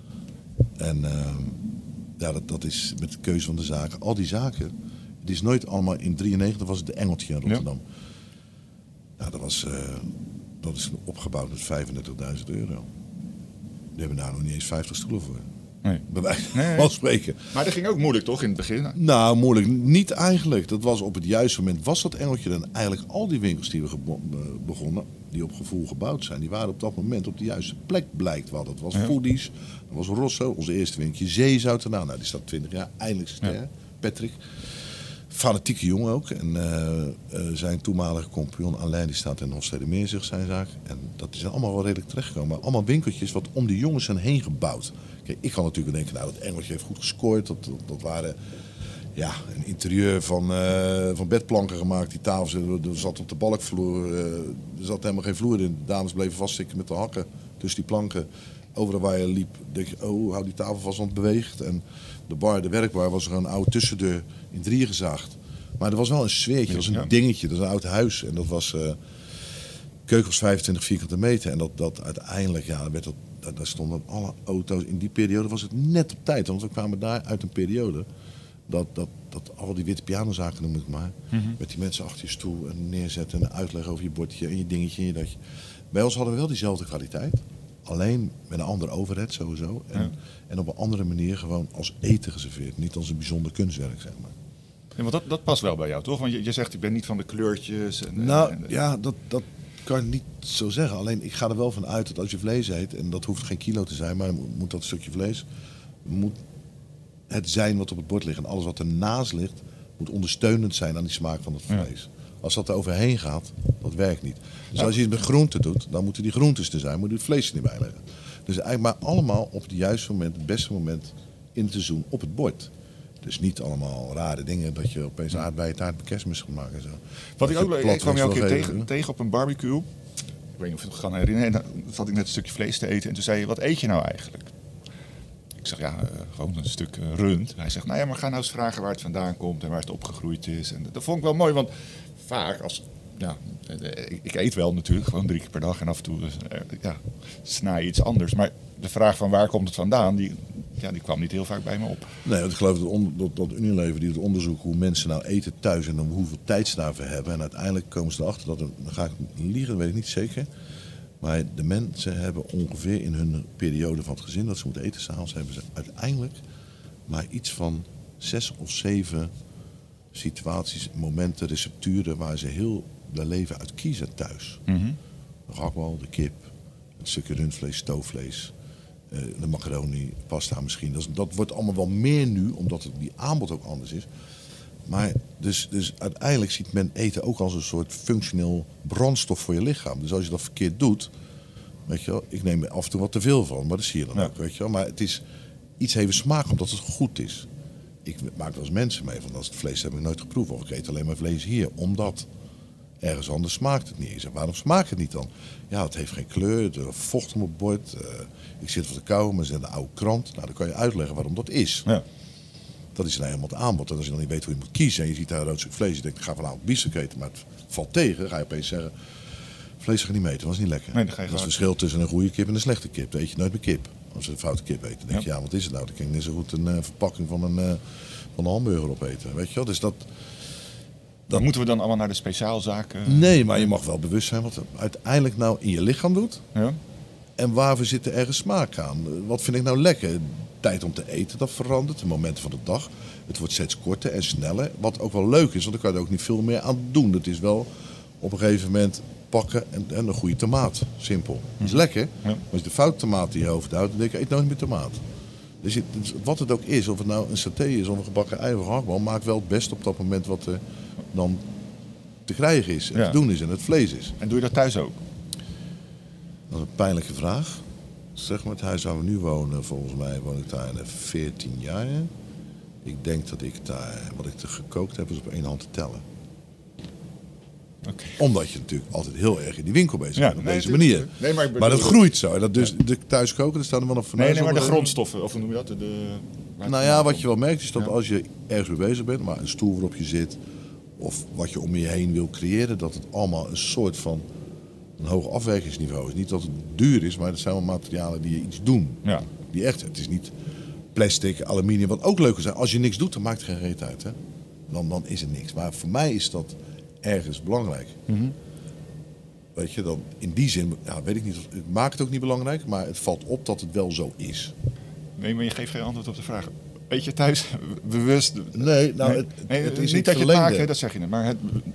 En dat is met de keuze van de zaken. Al die zaken, het is nooit allemaal in 1993 was het de Engeltje in Rotterdam. Ja. Nou, dat is opgebouwd met €35.000. Die hebben daar nog niet eens 50 stoelen voor. Nee. Bij wijze van spreken. Maar dat ging ook moeilijk toch in het begin? Nou, moeilijk niet eigenlijk. Dat was op het juiste moment was dat Engeltje. En eigenlijk al die winkels die we begonnen, die op gevoel gebouwd zijn, die waren op dat moment op de juiste plek, blijkt wel. Dat was Foodies, dat was Rosso, onze eerste winkeltje. Zeezout, nou, die staat 20 jaar, eindelijk ster. Ja. Patrick. Fanatieke jongen ook. En zijn toenmalige compagnon Alain, die staat in Hofstede zegt zijn zaak. En dat is allemaal wel redelijk terechtgekomen. Maar allemaal winkeltjes wat om de jongens zijn heen gebouwd. Kijk, ik kan natuurlijk denken, nou, dat Engeltje heeft goed gescoord. Dat waren een interieur van bedplanken gemaakt. Die tafel zat op de balkvloer. Er zat helemaal geen vloer in. De dames bleven vaststikken met de hakken tussen die planken. Overal waar je liep, denk je, hou die tafel vast, want het beweegt. En de werkbar, was er een oude tussendeur in 3 gezaagd. Maar er was wel een sfeertje, dat was een dingetje. Dat was een oud huis. En dat was, keuken was 25 vierkante meter. En dat uiteindelijk, daar stonden alle auto's. In die periode was het net op tijd. Want we kwamen daar uit een periode dat al die witte pianozaken, noem ik maar. Mm-hmm. Met die mensen achter je stoel en neerzetten en uitleg over je bordje en je dingetje en je datje. Bij ons hadden we wel diezelfde kwaliteit. alleen met een andere overhead sowieso. En op een andere manier gewoon als eten geserveerd. Niet als een bijzonder kunstwerk, zeg maar. Ja, want dat past wel bij jou, toch? Want je zegt, ik ben niet van de kleurtjes. Dat kan ik niet zo zeggen. Alleen ik ga er wel van uit dat als je vlees eet, en dat hoeft geen kilo te zijn, maar moet dat stukje vlees, moet het zijn wat op het bord ligt. En alles wat ernaast ligt, moet ondersteunend zijn aan die smaak van het vlees. Ja. Als dat er overheen gaat, dat werkt niet. Dus als je het met groenten doet, dan moeten die groentes er zijn, moet je het vlees er niet bij leggen. Dus eigenlijk maar allemaal op het juiste moment, het beste moment in het seizoen op het bord. Dus niet allemaal rare dingen dat je opeens aardbeientaart met kerstmis gaat maken. Zo. Wat ik ook leuk, ik kwam jou een keer tegen op een barbecue. Ik weet niet of je het kan herinneren. Dan zat ik net een stukje vlees te eten en toen zei je, wat eet je nou eigenlijk? Ik zeg, gewoon een stuk rund. Hij zegt, nou ja, maar ga nou eens vragen waar het vandaan komt en waar het opgegroeid is. En dat vond ik wel mooi, want vaak ik eet wel natuurlijk, gewoon 3 keer per dag en af en toe snij iets anders. Maar de vraag van waar komt het vandaan, die kwam niet heel vaak bij me op. Nee, want ik geloof dat Unilever die het onderzoekt hoe mensen nou eten thuis en hoeveel tijd ze daarvoor hebben. En uiteindelijk komen ze erachter dat, dan ga ik liegen, dat weet ik niet zeker. Maar de mensen hebben ongeveer in hun periode van het gezin dat ze moeten eten, 's avonds hebben ze uiteindelijk maar iets van 6 of 7 situaties, momenten, recepturen waar ze heel hun leven uit kiezen thuis. Mm-hmm. De gehaktbal, de kip, het stukje rundvlees, stoofvlees, de macaroni, pasta misschien. Dat wordt allemaal wel meer nu, omdat die aanbod ook anders is. Maar dus uiteindelijk ziet men eten ook als een soort functioneel brandstof voor je lichaam. Dus als je dat verkeerd doet, weet je wel, ik neem er af en toe wat te veel van, maar dat zie je dan ook, weet je wel. Maar het is iets even smaak omdat het goed is. Ik maak er als mensen mee, van als het vlees heb ik nooit geproefd. Of ik eet alleen maar vlees hier, omdat ergens anders smaakt het niet. Ik zeg, waarom smaakt het niet dan? Ja, het heeft geen kleur, er vocht op het bord. Ik zit voor de kou, maar ze zijn een oude krant. Nou, dan kan je uitleggen waarom dat is. Ja. Dat is nou helemaal het aanbod. En als je dan niet weet hoe je moet kiezen en je ziet daar een rood stuk vlees, je denkt, ik ga vanavond biefstuk eten, maar het valt tegen, ga je opeens zeggen, vlees ga je niet meten, dat is niet lekker. Nee, dat is het verschil tussen een goede kip en een slechte kip. Dan eet je nooit meer kip. Als je een foute kip eet, dan denk je, wat is het nou? Dan kan je net zo goed een verpakking van een hamburger opeten. Weet je wel? Dus dat moeten we dan allemaal naar de speciaalzaken? Nee, maar je mag wel bewust zijn wat het uiteindelijk nou in je lichaam doet. Ja. En waarvoor zit er ergens smaak aan? Wat vind ik nou lekker? Tijd om te eten, dat verandert. De momenten van de dag. Het wordt steeds korter en sneller. Wat ook wel leuk is, want dan kan je er ook niet veel meer aan doen. Dat is wel op een gegeven moment pakken en een goede tomaat. Simpel. Dat is lekker. Maar als je de foute tomaat in je hoofd houdt, dan denk je, eet nooit meer tomaat. Dus wat het ook is, of het nou een saté is of een gebakken ei of een gehaktbal, maakt wel het best op dat moment wat er dan te krijgen is. En te doen is en het vlees is. En doe je dat thuis ook? Dat is een pijnlijke vraag. Zeg maar, het huis waar we nu wonen, volgens mij woon ik daar 14 jaar. Ik denk dat ik daar, wat ik er gekookt heb, is op 1 hand te tellen. Okay. Omdat je natuurlijk altijd heel erg in die winkel bezig bent op deze manier. Nee, maar dat groeit zo. Dat dus de thuis koken, er staan er wel nog van. Nee, maar de grondstoffen, of hoe noem je dat? Nou ja, wat je wel merkt is dat als je ergens mee bezig bent, maar een stoel waarop je zit, of wat je om je heen wil creëren, dat het allemaal een soort van een hoog afwerkingsniveau is. Niet dat het duur is, maar het zijn wel materialen die je iets doen. Ja. Die echt, het is niet plastic, aluminium, wat ook leuk is. Als je niks doet, dan maakt het geen reet uit. Hè? Dan is er niks. Maar voor mij is dat ergens belangrijk. Mm-hmm. Weet je, dan in die zin, weet ik niet, het maakt het ook niet belangrijk, maar het valt op dat het wel zo is. Nee, maar je geeft geen antwoord op de vraag. Eet je thuis bewust? Nee, nou, het is niet dat je het maakt, dat zeg je net, maar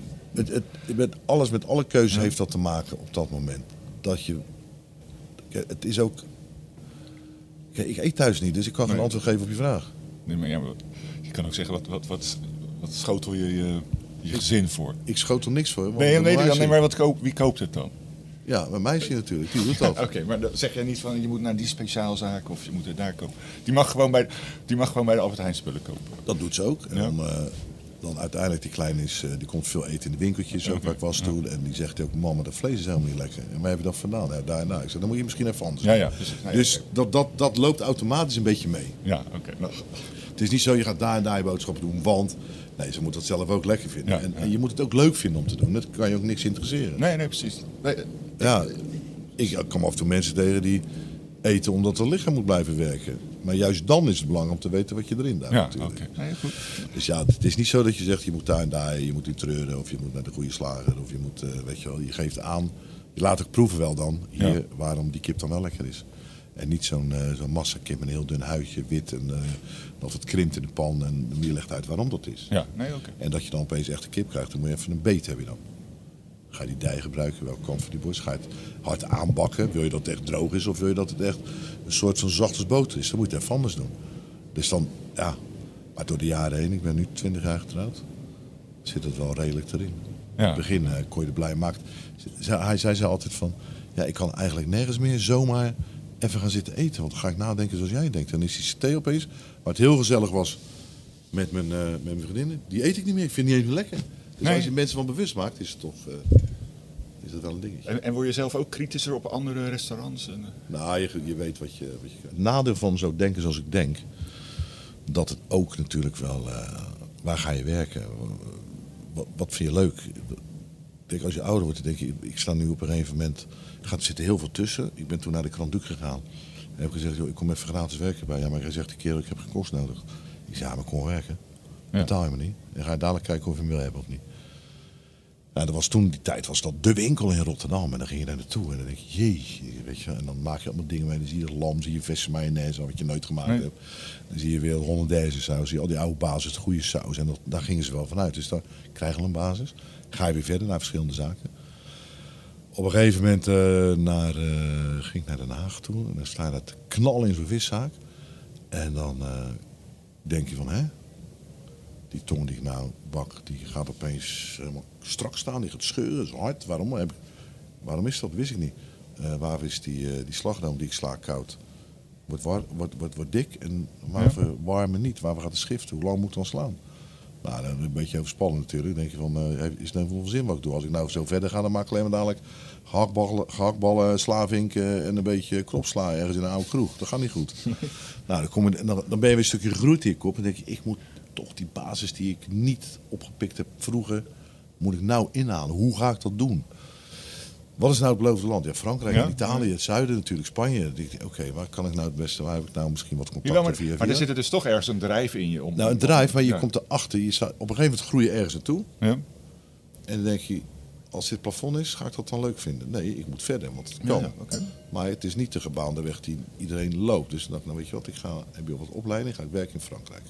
met alle keuzes heeft dat te maken op dat moment. Dat je, het is ook, ik eet thuis niet, dus ik kan geen antwoord geven op je vraag. Nee, maar je kan ook zeggen, wat schotel je gezin voor? Ik schotel niks voor. Maar wie koopt het dan? Ja, mijn meisje natuurlijk, die doet dat. Oké, maar dan zeg je niet van je moet naar die speciaalzaak of je moet het daar kopen. Die mag gewoon bij de Albert Heijn spullen kopen. Dat doet ze ook. En dan uiteindelijk, die kleine die komt veel eten in de winkeltjes, ook waar ik was toen. En die zegt ook, mama, dat vlees is helemaal niet lekker. En wij hebben dat vandaan. Ja, daarna. Ik zeg, dan moet je misschien even anders doen. Dus dat loopt automatisch een beetje mee. Ja, oké. Nou. Het is niet zo, je gaat daar en daar je boodschappen doen, want nee, ze moet dat zelf ook lekker vinden. En je moet het ook leuk vinden om te doen. Dat kan je ook niks interesseren. Nee, precies. Ik kom af en toe mensen tegen die eten omdat het lichaam moet blijven werken. Maar juist dan is het belangrijk om te weten wat je erin duikt. Ja, oké. Nee, goed. Dus het is niet zo dat je zegt, je moet daar en daar, je moet in treuren, of je moet naar de goede slager, of je moet, weet je wel, je geeft aan Je laat ook proeven wel dan hier waarom die kip dan wel lekker is. En niet zo'n massakip met een heel dun huidje, wit. En dat het krimpt in de pan. En je legt uit waarom dat is. Ja, nee, oké. En dat je dan opeens echt een kip krijgt, dan moet je even een beet hebben dan. Ga je die dij gebruiken, welke kant van die borst? Ga je het hard aanbakken? Wil je dat het echt droog is? Of wil je dat het echt een soort van zacht als boter is? Dan moet je het even anders doen. Dus dan, ja. Maar door de jaren heen, ik ben nu 20 jaar getrouwd, zit het wel redelijk erin. Ja. In het begin kon je er blij maken. Hij zei altijd van, ja, ik kan eigenlijk nergens meer zomaar even gaan zitten eten. Want dan ga ik nadenken zoals jij denkt. Dan is die saté opeens, waar het heel gezellig was met mijn vriendinnen, die eet ik niet meer. Ik vind die even lekker. Dus als je mensen van bewust maakt, is het toch is dat wel een dingetje. En word je zelf ook kritischer op andere restaurants? Nou, je weet wat je krijgt. Het nadeel van zo denken zoals ik denk, dat het ook natuurlijk wel, waar ga je werken? Wat vind je leuk? Ik denk, als je ouder wordt, dan denk je, ik sta nu op een gegeven moment, er zit heel veel tussen. Ik ben toen naar de Grand Duc gegaan. En heb gezegd, joh, ik kom even gratis werken bij. Ja, maar hij zegt die kerel, ik heb geen kost nodig. Ik zei, ja, maar kom werken. Betaal je me niet. En ga je dadelijk kijken of je hem wil hebben of niet. Nou, dat was toen, die tijd was dat de winkel in Rotterdam. En dan ging je daar naartoe en dan denk je, weet je. En dan maak je allemaal dingen mee. Dan zie je lam, zie je verse mayonaise, wat je nooit gemaakt hebt. Dan zie je weer Hollandaise saus, zie je al die oude basis, goede saus. En daar gingen ze wel vanuit. Dus daar krijg je al een basis. Ga je weer verder naar verschillende zaken. Op een gegeven moment ging ik naar Den Haag toe. En dan sta je daar te knallen in zo'n viszaak. En dan denk je van, hè? Die tong die ik nou bak, die gaat opeens helemaal strak staan. Die gaat scheuren, zo hard. Waarom is dat? Wist ik niet. Waar is die slagroom die ik sla koud? Wordt dik en waarvoor warm en niet? Waar gaat de schrift? Hoe lang moet ik dan slaan? Nou, dan een beetje overspannen natuurlijk. Dan denk je van, is het nou veel zin wat ik doe? Als ik nou zo verder ga, dan maak ik alleen maar dadelijk gehaktballen, slavinken en een beetje kropsla ergens in een oude kroeg. Dat gaat niet goed. Nou, dan ben je weer een stukje gegroeid in je kop en denk je, ik moet toch die basis die ik niet opgepikt heb vroeger, moet ik nou inhalen. Hoe ga ik dat doen? Wat is nou het beloofde land? Ja, Frankrijk en Italië, het zuiden natuurlijk, Spanje. Oké, waar kan ik nou het beste, waar heb ik nou misschien wat contacten via? Maar er zit er dus toch ergens een drijf in je. Nou, een drijf, maar je komt erachter. Op een gegeven moment groei je ergens naartoe. Ja. En dan denk je, als dit plafond is, ga ik dat dan leuk vinden? Nee, ik moet verder, want het kan. Ja, okay. Maar het is niet de gebaande weg die iedereen loopt. Dus dan dacht ik, nou weet je wat, heb je wat opleiding, ga ik werken in Frankrijk.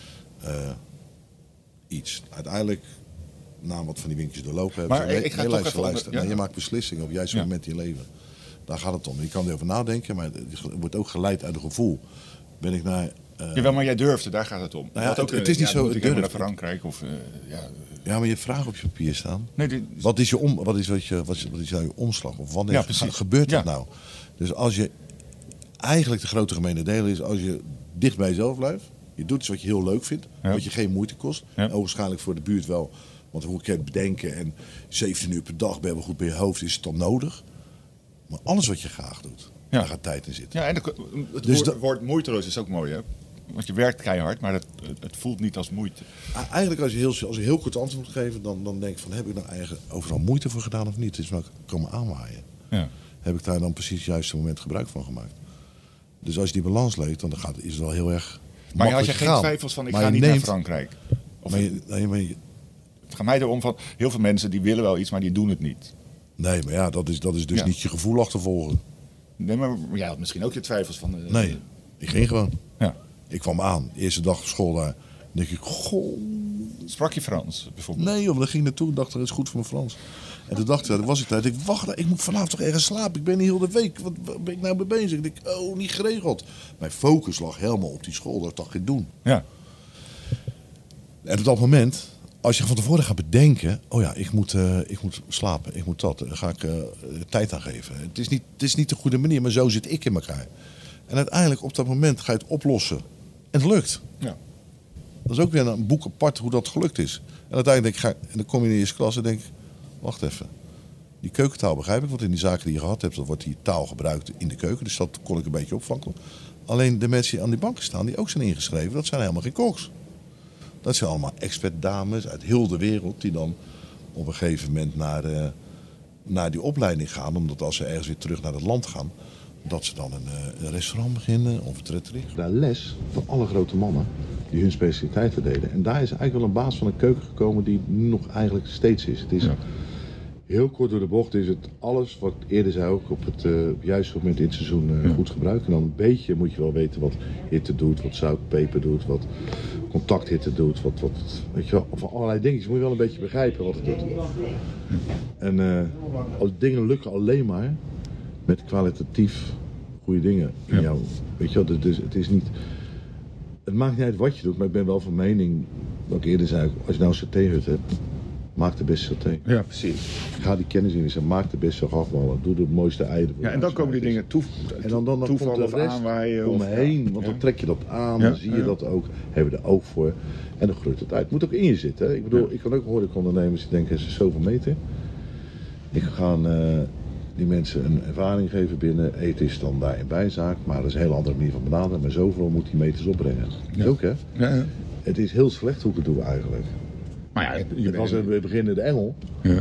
Uiteindelijk, na wat van die winkels doorlopen hebben, maar ik ga toch even luisteren. Ja. Je maakt beslissingen op het juiste moment in je leven. Daar gaat het om. Je kan erover nadenken, maar het wordt ook geleid uit een gevoel. Ben ik naar... Jawel, maar jij durfde, daar gaat het om. Nou ja, het is niet zo... Moet ik even naar Frankrijk of... Ja, maar je vraagt op je papier staan. Nee, wat is je omslag? Of wanneer gebeurt dat nou? Dus als je... Eigenlijk de grote gemene deel is, als je dicht bij jezelf blijft, je doet iets wat je heel leuk vindt, wat je geen moeite kost. En waarschijnlijk voor de buurt wel. Want hoe ik het bedenken en 17 uur per dag ben je wel goed bij je hoofd, is het dan nodig. Maar alles wat je graag doet, daar gaat tijd in zitten. Ja, en het woord moeiteloos is ook mooi, hè? Want je werkt keihard, maar het voelt niet als moeite. Eigenlijk als je heel kort antwoord moet geven, dan denk ik van, heb ik nou eigenlijk overal moeite voor gedaan of niet? Het is maar komen aanwaaien. Ja. Heb ik daar dan precies het juiste moment gebruik van gemaakt? Dus als je die balans leest, dan is het wel heel erg. Maar had je geen twijfels van, ik ga niet naar Frankrijk? Het gaat mij erom van, heel veel mensen die willen wel iets, maar die doen het niet. Nee, maar ja, dat is dus niet je gevoel achtervolgen. Nee, maar jij had misschien ook je twijfels van... Nee, ik ging gewoon. Ja. Ik kwam aan, de eerste dag op school daar. Dan denk ik, goh... Sprak je Frans, bijvoorbeeld? Nee, joh, dan ging ik naartoe en dacht, dat is goed voor mijn Frans. En toen dacht ik, dat was ik daar. Ik dacht, wacht, ik moet vanavond toch ergens slapen. Ik ben niet heel de week. Wat ben ik nou mee bezig? Ik dacht, oh, niet geregeld. Mijn focus lag helemaal op die school. Dat dacht ik doen. Ja. En op dat moment, als je van tevoren gaat bedenken, oh ja, ik moet slapen, ik moet dat. Daar ga ik tijd aan geven. Het is niet de goede manier, maar zo zit ik in elkaar. En uiteindelijk op dat moment ga je het oplossen. En het lukt. Ja. Dat is ook weer een boek apart hoe dat gelukt is. En uiteindelijk en dan kom je in de eerste klas en denk wacht even. Die keukentaal begrijp ik, want in die zaken die je gehad hebt, dan wordt die taal gebruikt in de keuken. Dus dat kon ik een beetje opvangen. Alleen de mensen die aan die banken staan, die ook zijn ingeschreven, dat zijn helemaal geen koks. Dat zijn allemaal expertdames uit heel de wereld die dan op een gegeven moment naar die opleiding gaan. Omdat als ze ergens weer terug naar het land gaan, dat ze dan een restaurant beginnen of een trattorie. Daar les van alle grote mannen die hun specialiteiten deden. En daar is eigenlijk wel een baas van een keuken gekomen die nu nog eigenlijk steeds is. Het is Heel kort door de bocht is het alles wat ik eerder zei ook op het juiste moment in het seizoen goed gebruiken. En dan een beetje moet je wel weten wat hitte doet, wat zout, peper doet, wat contacthitte doet, wat weet je wel, van allerlei dingen. Je moet wel een beetje begrijpen wat het doet. En als dingen lukken alleen maar met kwalitatief goede dingen in jou. Weet je wel, het is niet. Het maakt niet uit wat je doet, maar ik ben wel van mening, wat ik eerder zei, als je nou een satéhut hebt, maak de beste saté. Ja, precies. Ga die kennis in en maak de beste gafballen. Doe de mooiste eieren. Ja, en dan komen die dingen toevallen of aanwaaien. Omheen, want dan trek je dat aan, dan zie je dat ook. Hebben we er oog voor. En dan groeit het uit. Het moet ook in je zitten. Hè? Ik bedoel, ik kan ook horecaondernemers die denken, ze zoveel meten. Ik ga die mensen een ervaring geven binnen. Eten is dan daar een bijzaak, maar dat is een hele andere manier van benaderen. Maar zoveel moet die meters opbrengen. Dat is ook, hè? Ja. Het is heel slecht hoe ik het doe eigenlijk. Maar ja, het was in het begin de Engel. Ja.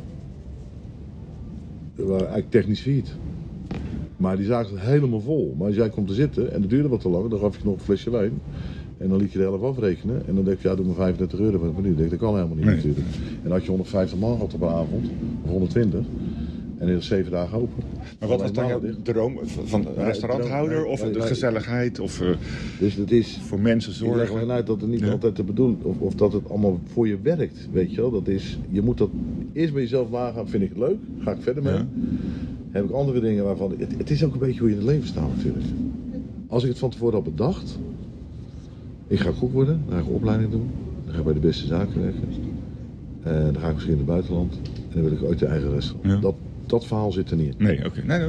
Dat waren eigenlijk technisch failliet. Maar die zagen het helemaal vol. Maar als jij komt te zitten en het duurde wat te lang, dan gaf je nog een flesje wijn. En dan liet je de helft afrekenen. En dan denk je, ja, doe maar 35 euro per minuut. Dat kan helemaal niet natuurlijk. En als je 150 man had op een avond, of 120, en het is 7 dagen open. Maar wat was dan jouw droom van de restauranthouder of de gezelligheid? Of dus het is, voor mensen zorgen? Ik leg wel uit dat het niet altijd te bedoelen of dat het allemaal voor je werkt. Weet je wel? Dat is, je moet dat eerst bij jezelf nagaan. Vind ik het leuk? Ga ik verder mee? Ja. Heb ik andere dingen waarvan... Het is ook een beetje hoe je in het leven staat natuurlijk. Als ik het van tevoren had bedacht. Ik ga kok worden. Dan ga ik een opleiding doen. Dan ga ik bij de beste zaken werken. Dan ga ik misschien in het buitenland. En dan wil ik ooit de eigen restaurant. Ja. Dat verhaal zit er niet in. Nee, oké. Nee.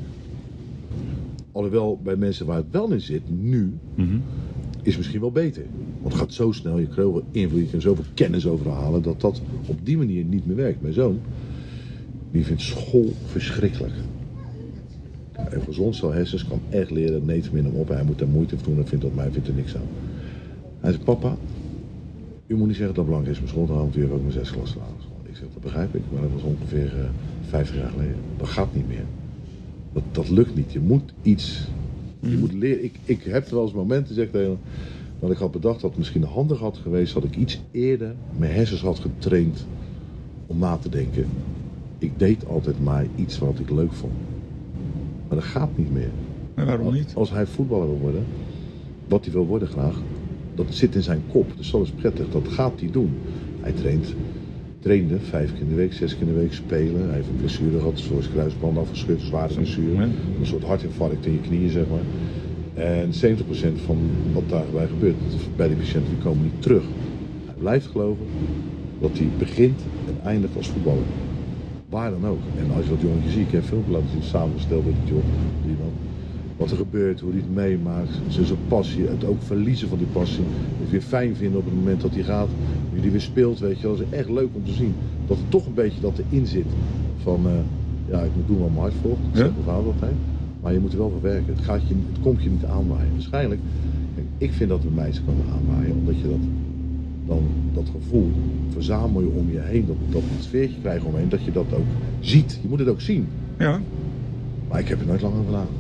Alhoewel bij mensen waar het wel in zit, nu, is misschien wel beter. Want het gaat zo snel, je krijgt invloed, je kan zoveel kennis overhalen, dat op die manier niet meer werkt. Mijn zoon, die vindt school verschrikkelijk. Hij heeft gezond stel hersens, kan echt leren, neemt hem in hem op. Hij moet daar moeite voor doen en vindt er niks aan. Hij zegt, papa, u moet niet zeggen dat het belangrijk is om school te halen, want u heeft ook mijn 6 klas gedaan. Ik zeg, dat begrijp ik, maar dat was ongeveer 50 jaar geleden. Dat gaat niet meer. Dat lukt niet. Je moet iets. Je moet leren. Ik heb er wel eens momenten, zegt hij, dat ik had bedacht dat het misschien handig had geweest dat ik iets eerder mijn hersens had getraind om na te denken. Ik deed altijd maar iets wat ik leuk vond. Maar dat gaat niet meer. En waarom niet? Als hij voetballer wil worden, wat hij wil worden graag, dat zit in zijn kop. Dus dat is prettig. Dat gaat hij doen. Hij trainde 5 keer in de week, 6 keer in de week spelen. Hij heeft een blessure gehad, zoals kruisband afgescheurd, zware blessure. Een soort hartinfarct in je knieën, zeg maar. En 70% van wat daarbij gebeurt, bij die patiënten, die komen niet terug. Hij blijft geloven dat hij begint en eindigt als voetballer. Waar dan ook. En als je dat jongetje ziet, ik heb een filmpje laten zien, samengesteld door die joh, wat er gebeurt, hoe hij het meemaakt, zijn passie, het ook verliezen van die passie. Het weer fijn vinden op het moment dat hij gaat, nu hij weer speelt, weet je wel. Dat is echt leuk om te zien. Dat er toch een beetje dat erin zit van, ik moet doen wat mijn hart volgt, dat zegt mijn vader altijd. Maar je moet er wel voor werken. Het komt je niet aanwaaien. Waarschijnlijk, kijk, ik vind dat we meisjes komen aanwaaien, omdat je dat gevoel verzamel je om je heen, dat sfeertje krijgt omheen, dat je dat ook ziet. Je moet het ook zien. Ja. Maar ik heb er nooit lang over nagedacht.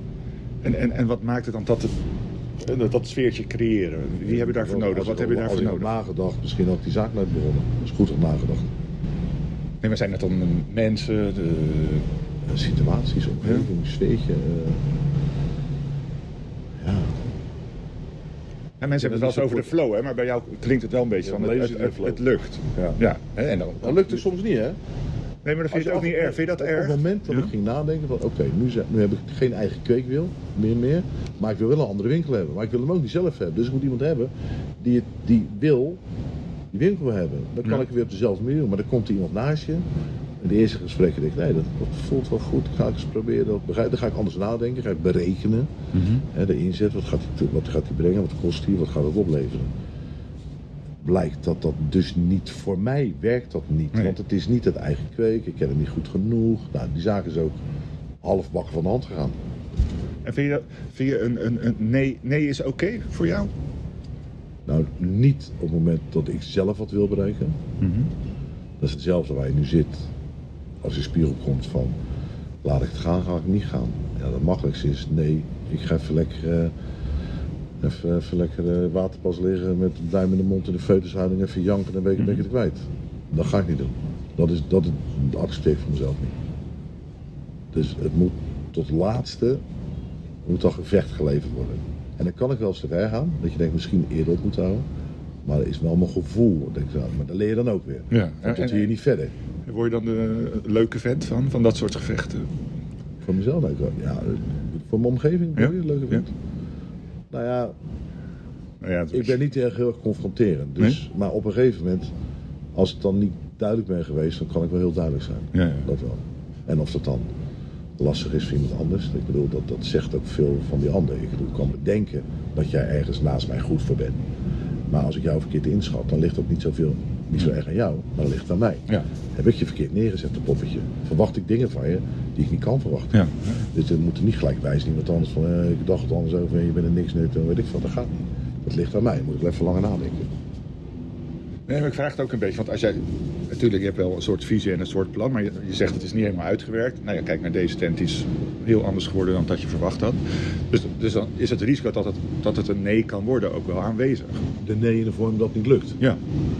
En wat maakt het dan dat sfeertje creëren? Wie heb je daarvoor nodig? Wat heb je daarvoor nodig? Als ik had nagedacht, misschien had ik die zaak nooit begonnen. Dat is goed op nagedacht. Nee, maar zijn het dan mensen, situaties, omgeving, sfeertje. Ja, mensen hebben het wel eens over de flow, hè? Maar bij jou klinkt het wel een beetje van het lukt. Ja. En dan lukt het soms niet, hè? Nee, maar dat vind je ook niet erg. Vind je dat erg? Op het moment dat ik ging nadenken van oké, nu heb ik geen eigen kweekwil meer, maar ik wil wel een andere winkel hebben. Maar ik wil hem ook niet zelf hebben. Dus ik moet iemand hebben die wil die winkel hebben. Dan kan ik weer op dezelfde manier doen. Maar dan komt er iemand naast je. In de eerste gesprekken denk ik, nee, dat voelt wel goed. Ga ik eens proberen. Dan ga ik anders nadenken. Ga ik berekenen. De inzet, wat gaat hij brengen? Wat kost hij? Wat gaat het opleveren? Blijkt dat dus niet, voor mij werkt dat niet. Nee. Want het is niet het eigen kweek, ik ken hem niet goed genoeg. Nou, die zaak is ook half bakken van de hand gegaan. En vind je een nee is oké voor jou? Nou, niet op het moment dat ik zelf wat wil bereiken. Dat is hetzelfde waar je nu zit. Als je spiegel komt van, laat ik het gaan, ga ik niet gaan. Ja, het makkelijkste is, nee, ik ga even lekker waterpas liggen met een duim in de mond in de feutushouding, even janken en dan ben ik het kwijt. Dat ga ik niet doen. Dat accepteer ik voor mezelf niet. Dus het moet tot het laatste, moet al gevecht geleverd worden. En dan kan ik wel eens te ver gaan, dat je denkt misschien eerder op moet houden. Maar dat is wel mijn gevoel. Maar dan leer je dan ook weer. Ja, tot hier niet verder. Word je dan de leuke vent van dat soort gevechten? Voor mezelf denk ik wel. Ja, voor mijn omgeving ben je een leuke vent. Ja. Nou ja, ik ben niet heel erg confronterend. Dus, nee? Maar op een gegeven moment, als ik dan niet duidelijk ben geweest, dan kan ik wel heel duidelijk zijn. Ja. Dat wel. En of dat dan lastig is voor iemand anders. Ik bedoel, dat zegt ook veel van die ander. Ik kan bedenken dat jij ergens naast mij goed voor bent. Maar als ik jou verkeerd inschat, dan ligt ook niet zo erg aan jou, maar dan ligt het aan mij. Ja. Heb ik je verkeerd neergezet, een poppetje? Verwacht ik dingen van je die ik niet kan verwachten? Ja. Dus we moeten niet gelijk wijzen iemand anders van ik dacht het anders over en je bent er niks nut en weet ik wat, dat gaat niet. Dat ligt aan mij, moet ik even langer nadenken. Nee, maar ik vraag het ook een beetje, want als jij, natuurlijk, je hebt wel een soort visie en een soort plan, maar je zegt het is niet helemaal uitgewerkt. Nou ja, kijk naar deze tent, die is heel anders geworden dan dat je verwacht had. Dus dan is het risico dat het een nee kan worden ook wel aanwezig. De nee in de vorm dat niet lukt. Ja.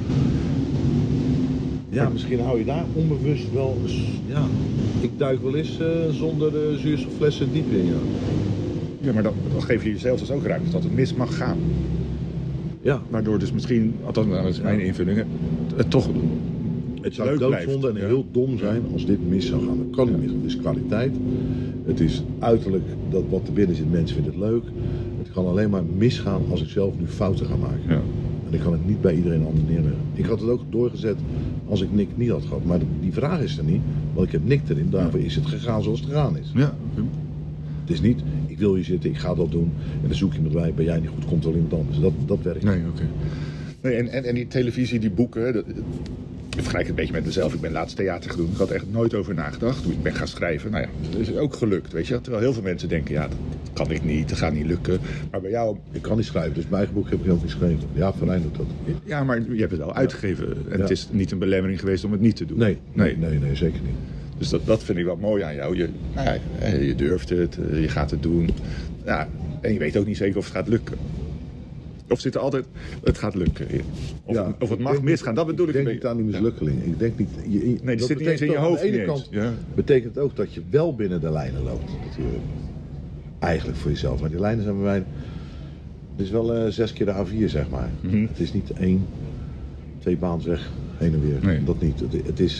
Ja, misschien hou je daar onbewust wel eens, ja. Ik duik wel eens zonder de zuurstofflessen diep in, ja. Ja, maar dan geef je jezelf dus ook ruimte dat het mis mag gaan. Ja. Waardoor dus misschien, althans dat is mijn invulling, het toch het zou doodzonde en heel dom zijn als dit mis zou gaan. Dat kan niet mis, want het is kwaliteit. Het is uiterlijk, dat wat er binnen zit, mensen vinden het leuk. Het kan alleen maar misgaan als ik zelf nu fouten ga maken. Ja. En ik kan het niet bij iedereen anders neerleggen. Ik had het ook doorgezet als ik Nick niet had gehad. Maar die vraag is er niet, want ik heb Nick erin. Daarvoor is het gegaan zoals het gegaan is. Ja. Het is niet, ik wil hier zitten, ik ga dat doen. En dan zoek je iemand bij, ben jij niet goed, komt wel iemand anders. Dat werkt niet. Nee, oké. Nee, en die televisie, die boeken, ik vergelijk het een beetje met mezelf. Ik ben laatst theater gaan doen. Ik had er echt nooit over nagedacht. Toen ik ben gaan schrijven, nou ja, dat is ook gelukt, weet je. Terwijl heel veel mensen denken, ja, dat kan ik niet, dat gaat niet lukken. Maar bij jou... Ik kan niet schrijven, dus mijn eigen boek heb ik ook niet geschreven. Ja, Van Rijn doet dat. Ja, maar je hebt het wel uitgegeven. En het is niet een belemmering geweest om het niet te doen. Nee, zeker niet. Dus dat vind ik wel mooi aan jou. Je durft het, je gaat het doen. Ja, en je weet ook niet zeker of het gaat lukken. Of zit er altijd, het gaat lukken in. Of het mag misgaan, dat bedoel ik. Ik denk niet aan die mislukkeling. Ik denk niet... Nee, dat zit niet eens in je hoofd. Aan de ene kant betekent ook dat je wel binnen de lijnen loopt. Natuurlijk. Eigenlijk voor jezelf. Maar die lijnen zijn bij mij... Het is wel 6 keer de A4, zeg maar. Mm-hmm. Het is niet 2 baans heen en weer. Nee. Dat niet. Het is...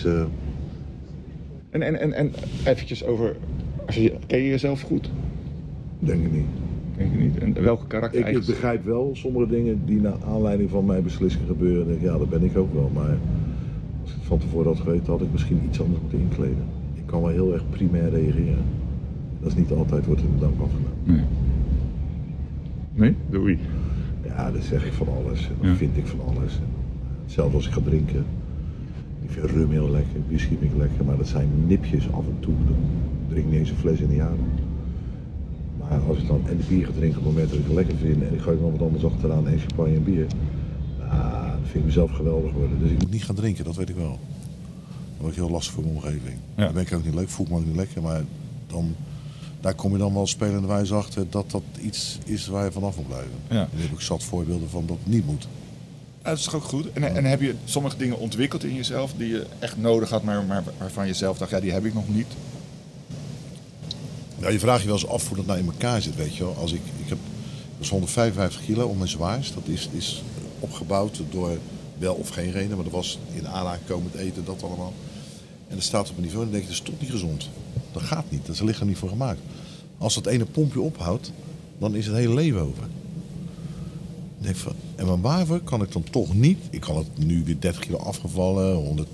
En eventjes over... Ken je jezelf goed? Denk ik niet. Denk je niet? En welke karakter? Ik begrijp wel sommige dingen die naar aanleiding van mijn beslissingen gebeuren. Denk, ja, dat ben ik ook wel. Maar als ik van tevoren had geweten, had ik misschien iets anders moeten inkleden. Ik kan wel heel erg primair reageren. Dat is niet altijd wordt in de dank afgenomen. Nee? Doe je? Ja, dat zeg ik van alles. En dat vind ik van alles. Hetzelfde als ik ga drinken. Ik vind rum heel lekker, whisky vind ik lekker. Maar dat zijn nipjes af en toe. Dan drink ik niet eens een fles in een jaar. Maar als ik dan en bier ga drinken op het moment dat ik het lekker vind en ik gooi er nog wat anders achteraan en champagne en bier, dan vind ik mezelf geweldig worden. Dus ik moet niet gaan drinken, dat weet ik wel. Dat wordt heel lastig voor mijn omgeving. Ja. Dan ben ik ook niet leuk, voel ik me ook niet lekker, maar daar kom je dan wel spelende wijze achter dat iets is waar je vanaf moet blijven. Ja. En daar heb ik zat voorbeelden van dat het niet moet. Ja, dat is toch ook goed? En heb je sommige dingen ontwikkeld in jezelf die je echt nodig had, maar waarvan je zelf dacht, ja, die heb ik nog niet? Ja, je vraagt je wel eens af hoe dat nou in elkaar zit, weet je wel. Als ik heb dus 155 kilo om mijn zwaarst. Dat is opgebouwd door wel of geen reden, maar dat was in aanraking komen met eten, dat allemaal. En dat staat op een niveau en dan denk je, dat is toch niet gezond. Dat gaat niet, daar is het lichaam niet voor gemaakt. Als dat ene pompje ophoudt, dan is het hele leven over. Denk van, en maar waarvoor kan ik dan toch niet? Ik kan het nu weer 30 kilo afgevallen,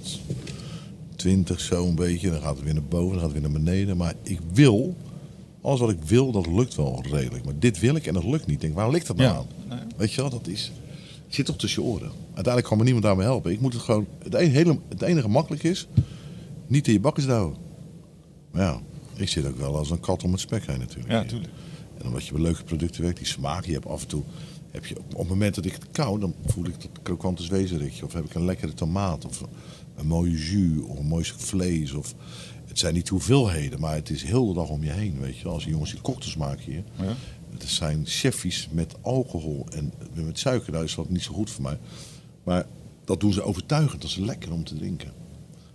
120 zo een beetje. Dan gaat het weer naar boven, dan gaat het weer naar beneden. Maar ik wil, alles wat ik wil, dat lukt wel redelijk. Maar dit wil ik en dat lukt niet. Ik denk, waar ligt dat nou aan? Nee. Weet je wel, dat is... Het zit toch tussen je oren. Uiteindelijk kan me niemand daarmee helpen. Ik moet het gewoon... Het enige makkelijk is, niet in je bakkes douwen. Maar ja, ik zit ook wel als een kat om het spek heen natuurlijk. Ja, natuurlijk. En omdat je bij leuke producten werkt, die smaak, je hebt af en toe... op het moment dat ik het kauw, dan voel ik dat krokante zwezeritje. Of heb ik een lekkere tomaat. Of een mooie jus. Of een mooi stuk vlees. Of, het zijn niet hoeveelheden, maar het is heel de dag om je heen. Weet je. Als die jongens die cocktails maken hier. Ja. Het zijn cheffies met alcohol en met suiker. Nou is dat niet zo goed voor mij. Maar dat doen ze overtuigend. Dat is lekker om te drinken.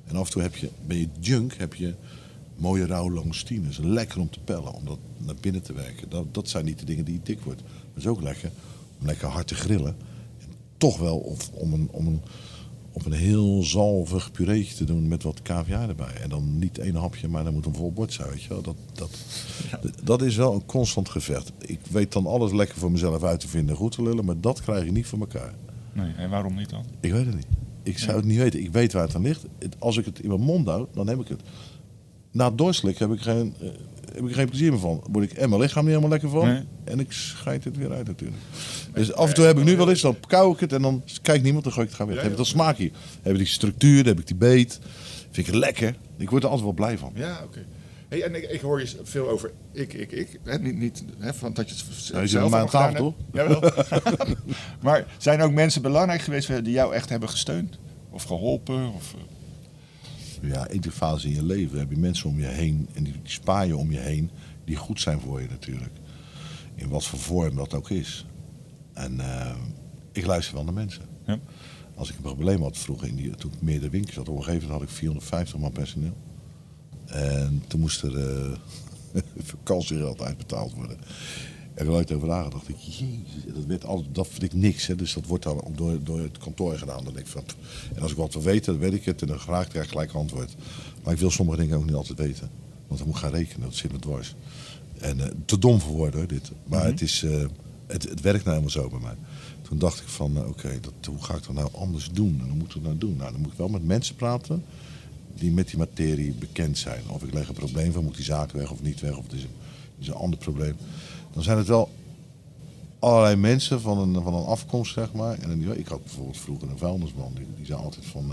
En af en toe ben je junk, heb je mooie rauwe langoustines. Lekker om te pellen, om dat naar binnen te werken. Dat zijn niet de dingen die je dik wordt. Maar het is ook lekker om lekker hard te grillen. En toch wel op een heel zalvig pureetje te doen met wat caviar erbij. En dan niet 1 hapje, maar dan moet een vol bord zijn. Weet je wel? Dat is wel een constant gevecht. Ik weet dan alles lekker voor mezelf uit te vinden en goed te lullen, maar dat krijg je niet voor elkaar. Nee, en waarom niet dan? Ik weet het niet. Ik zou het niet weten. Ik weet waar het aan ligt. Als ik het in mijn mond hou, dan heb ik het. Na het doorslikken heb ik geen plezier meer van. Word ik en mijn lichaam niet helemaal lekker van. Nee. En ik scheid het weer uit natuurlijk. Dus af en toe heb ik nu wel eens, dan kauw ik het en dan kijkt niemand, dan gooi ik het gewoon weer. Heb ik dat smaakje. Heb ik die structuur, dan heb ik die beet. Vind ik het lekker. Ik word er altijd wel blij van. Ja, oké. Hey, en ik hoor je veel over ik. Niet van dat je het zelf aan tafel, toch? Jawel. Maar zijn er ook mensen belangrijk geweest die jou echt hebben gesteund? Of geholpen? Of... Ja, in die fase in je leven heb je mensen om je heen en die spaar je om je heen die goed zijn voor je natuurlijk. In wat voor vorm dat ook is. En ik luister wel naar mensen. Ja. Als ik een probleem had vroeger, toen ik meerdere winkels had, op een gegeven moment had ik 450 man personeel. En toen moest er vakantiegeld uitbetaald worden. En er nooit over nagedacht. Dacht ik, jezus, dat vind ik niks. Hè. Dus dat wordt dan door het kantoor gedaan. Dan denk ik van, en als ik wat wil weten, dan weet ik het. En dan krijg ik gelijk antwoord. Maar ik wil sommige dingen ook niet altijd weten. Want dan moet ik gaan rekenen. Dat zit me dwars. En te dom voor woorden, hoor, dit. Maar het is, het werkt nou helemaal zo bij mij. Toen dacht ik van, oké, hoe ga ik dat nou anders doen? En hoe moet ik dat nou doen? Nou, dan moet ik wel met mensen praten die met die materie bekend zijn. Of ik leg een probleem van, moet die zaak weg of niet weg? Of het is een ander probleem. Dan zijn het wel allerlei mensen van een afkomst, zeg maar. En ik had bijvoorbeeld vroeger een vuilnisman. Die zei altijd van...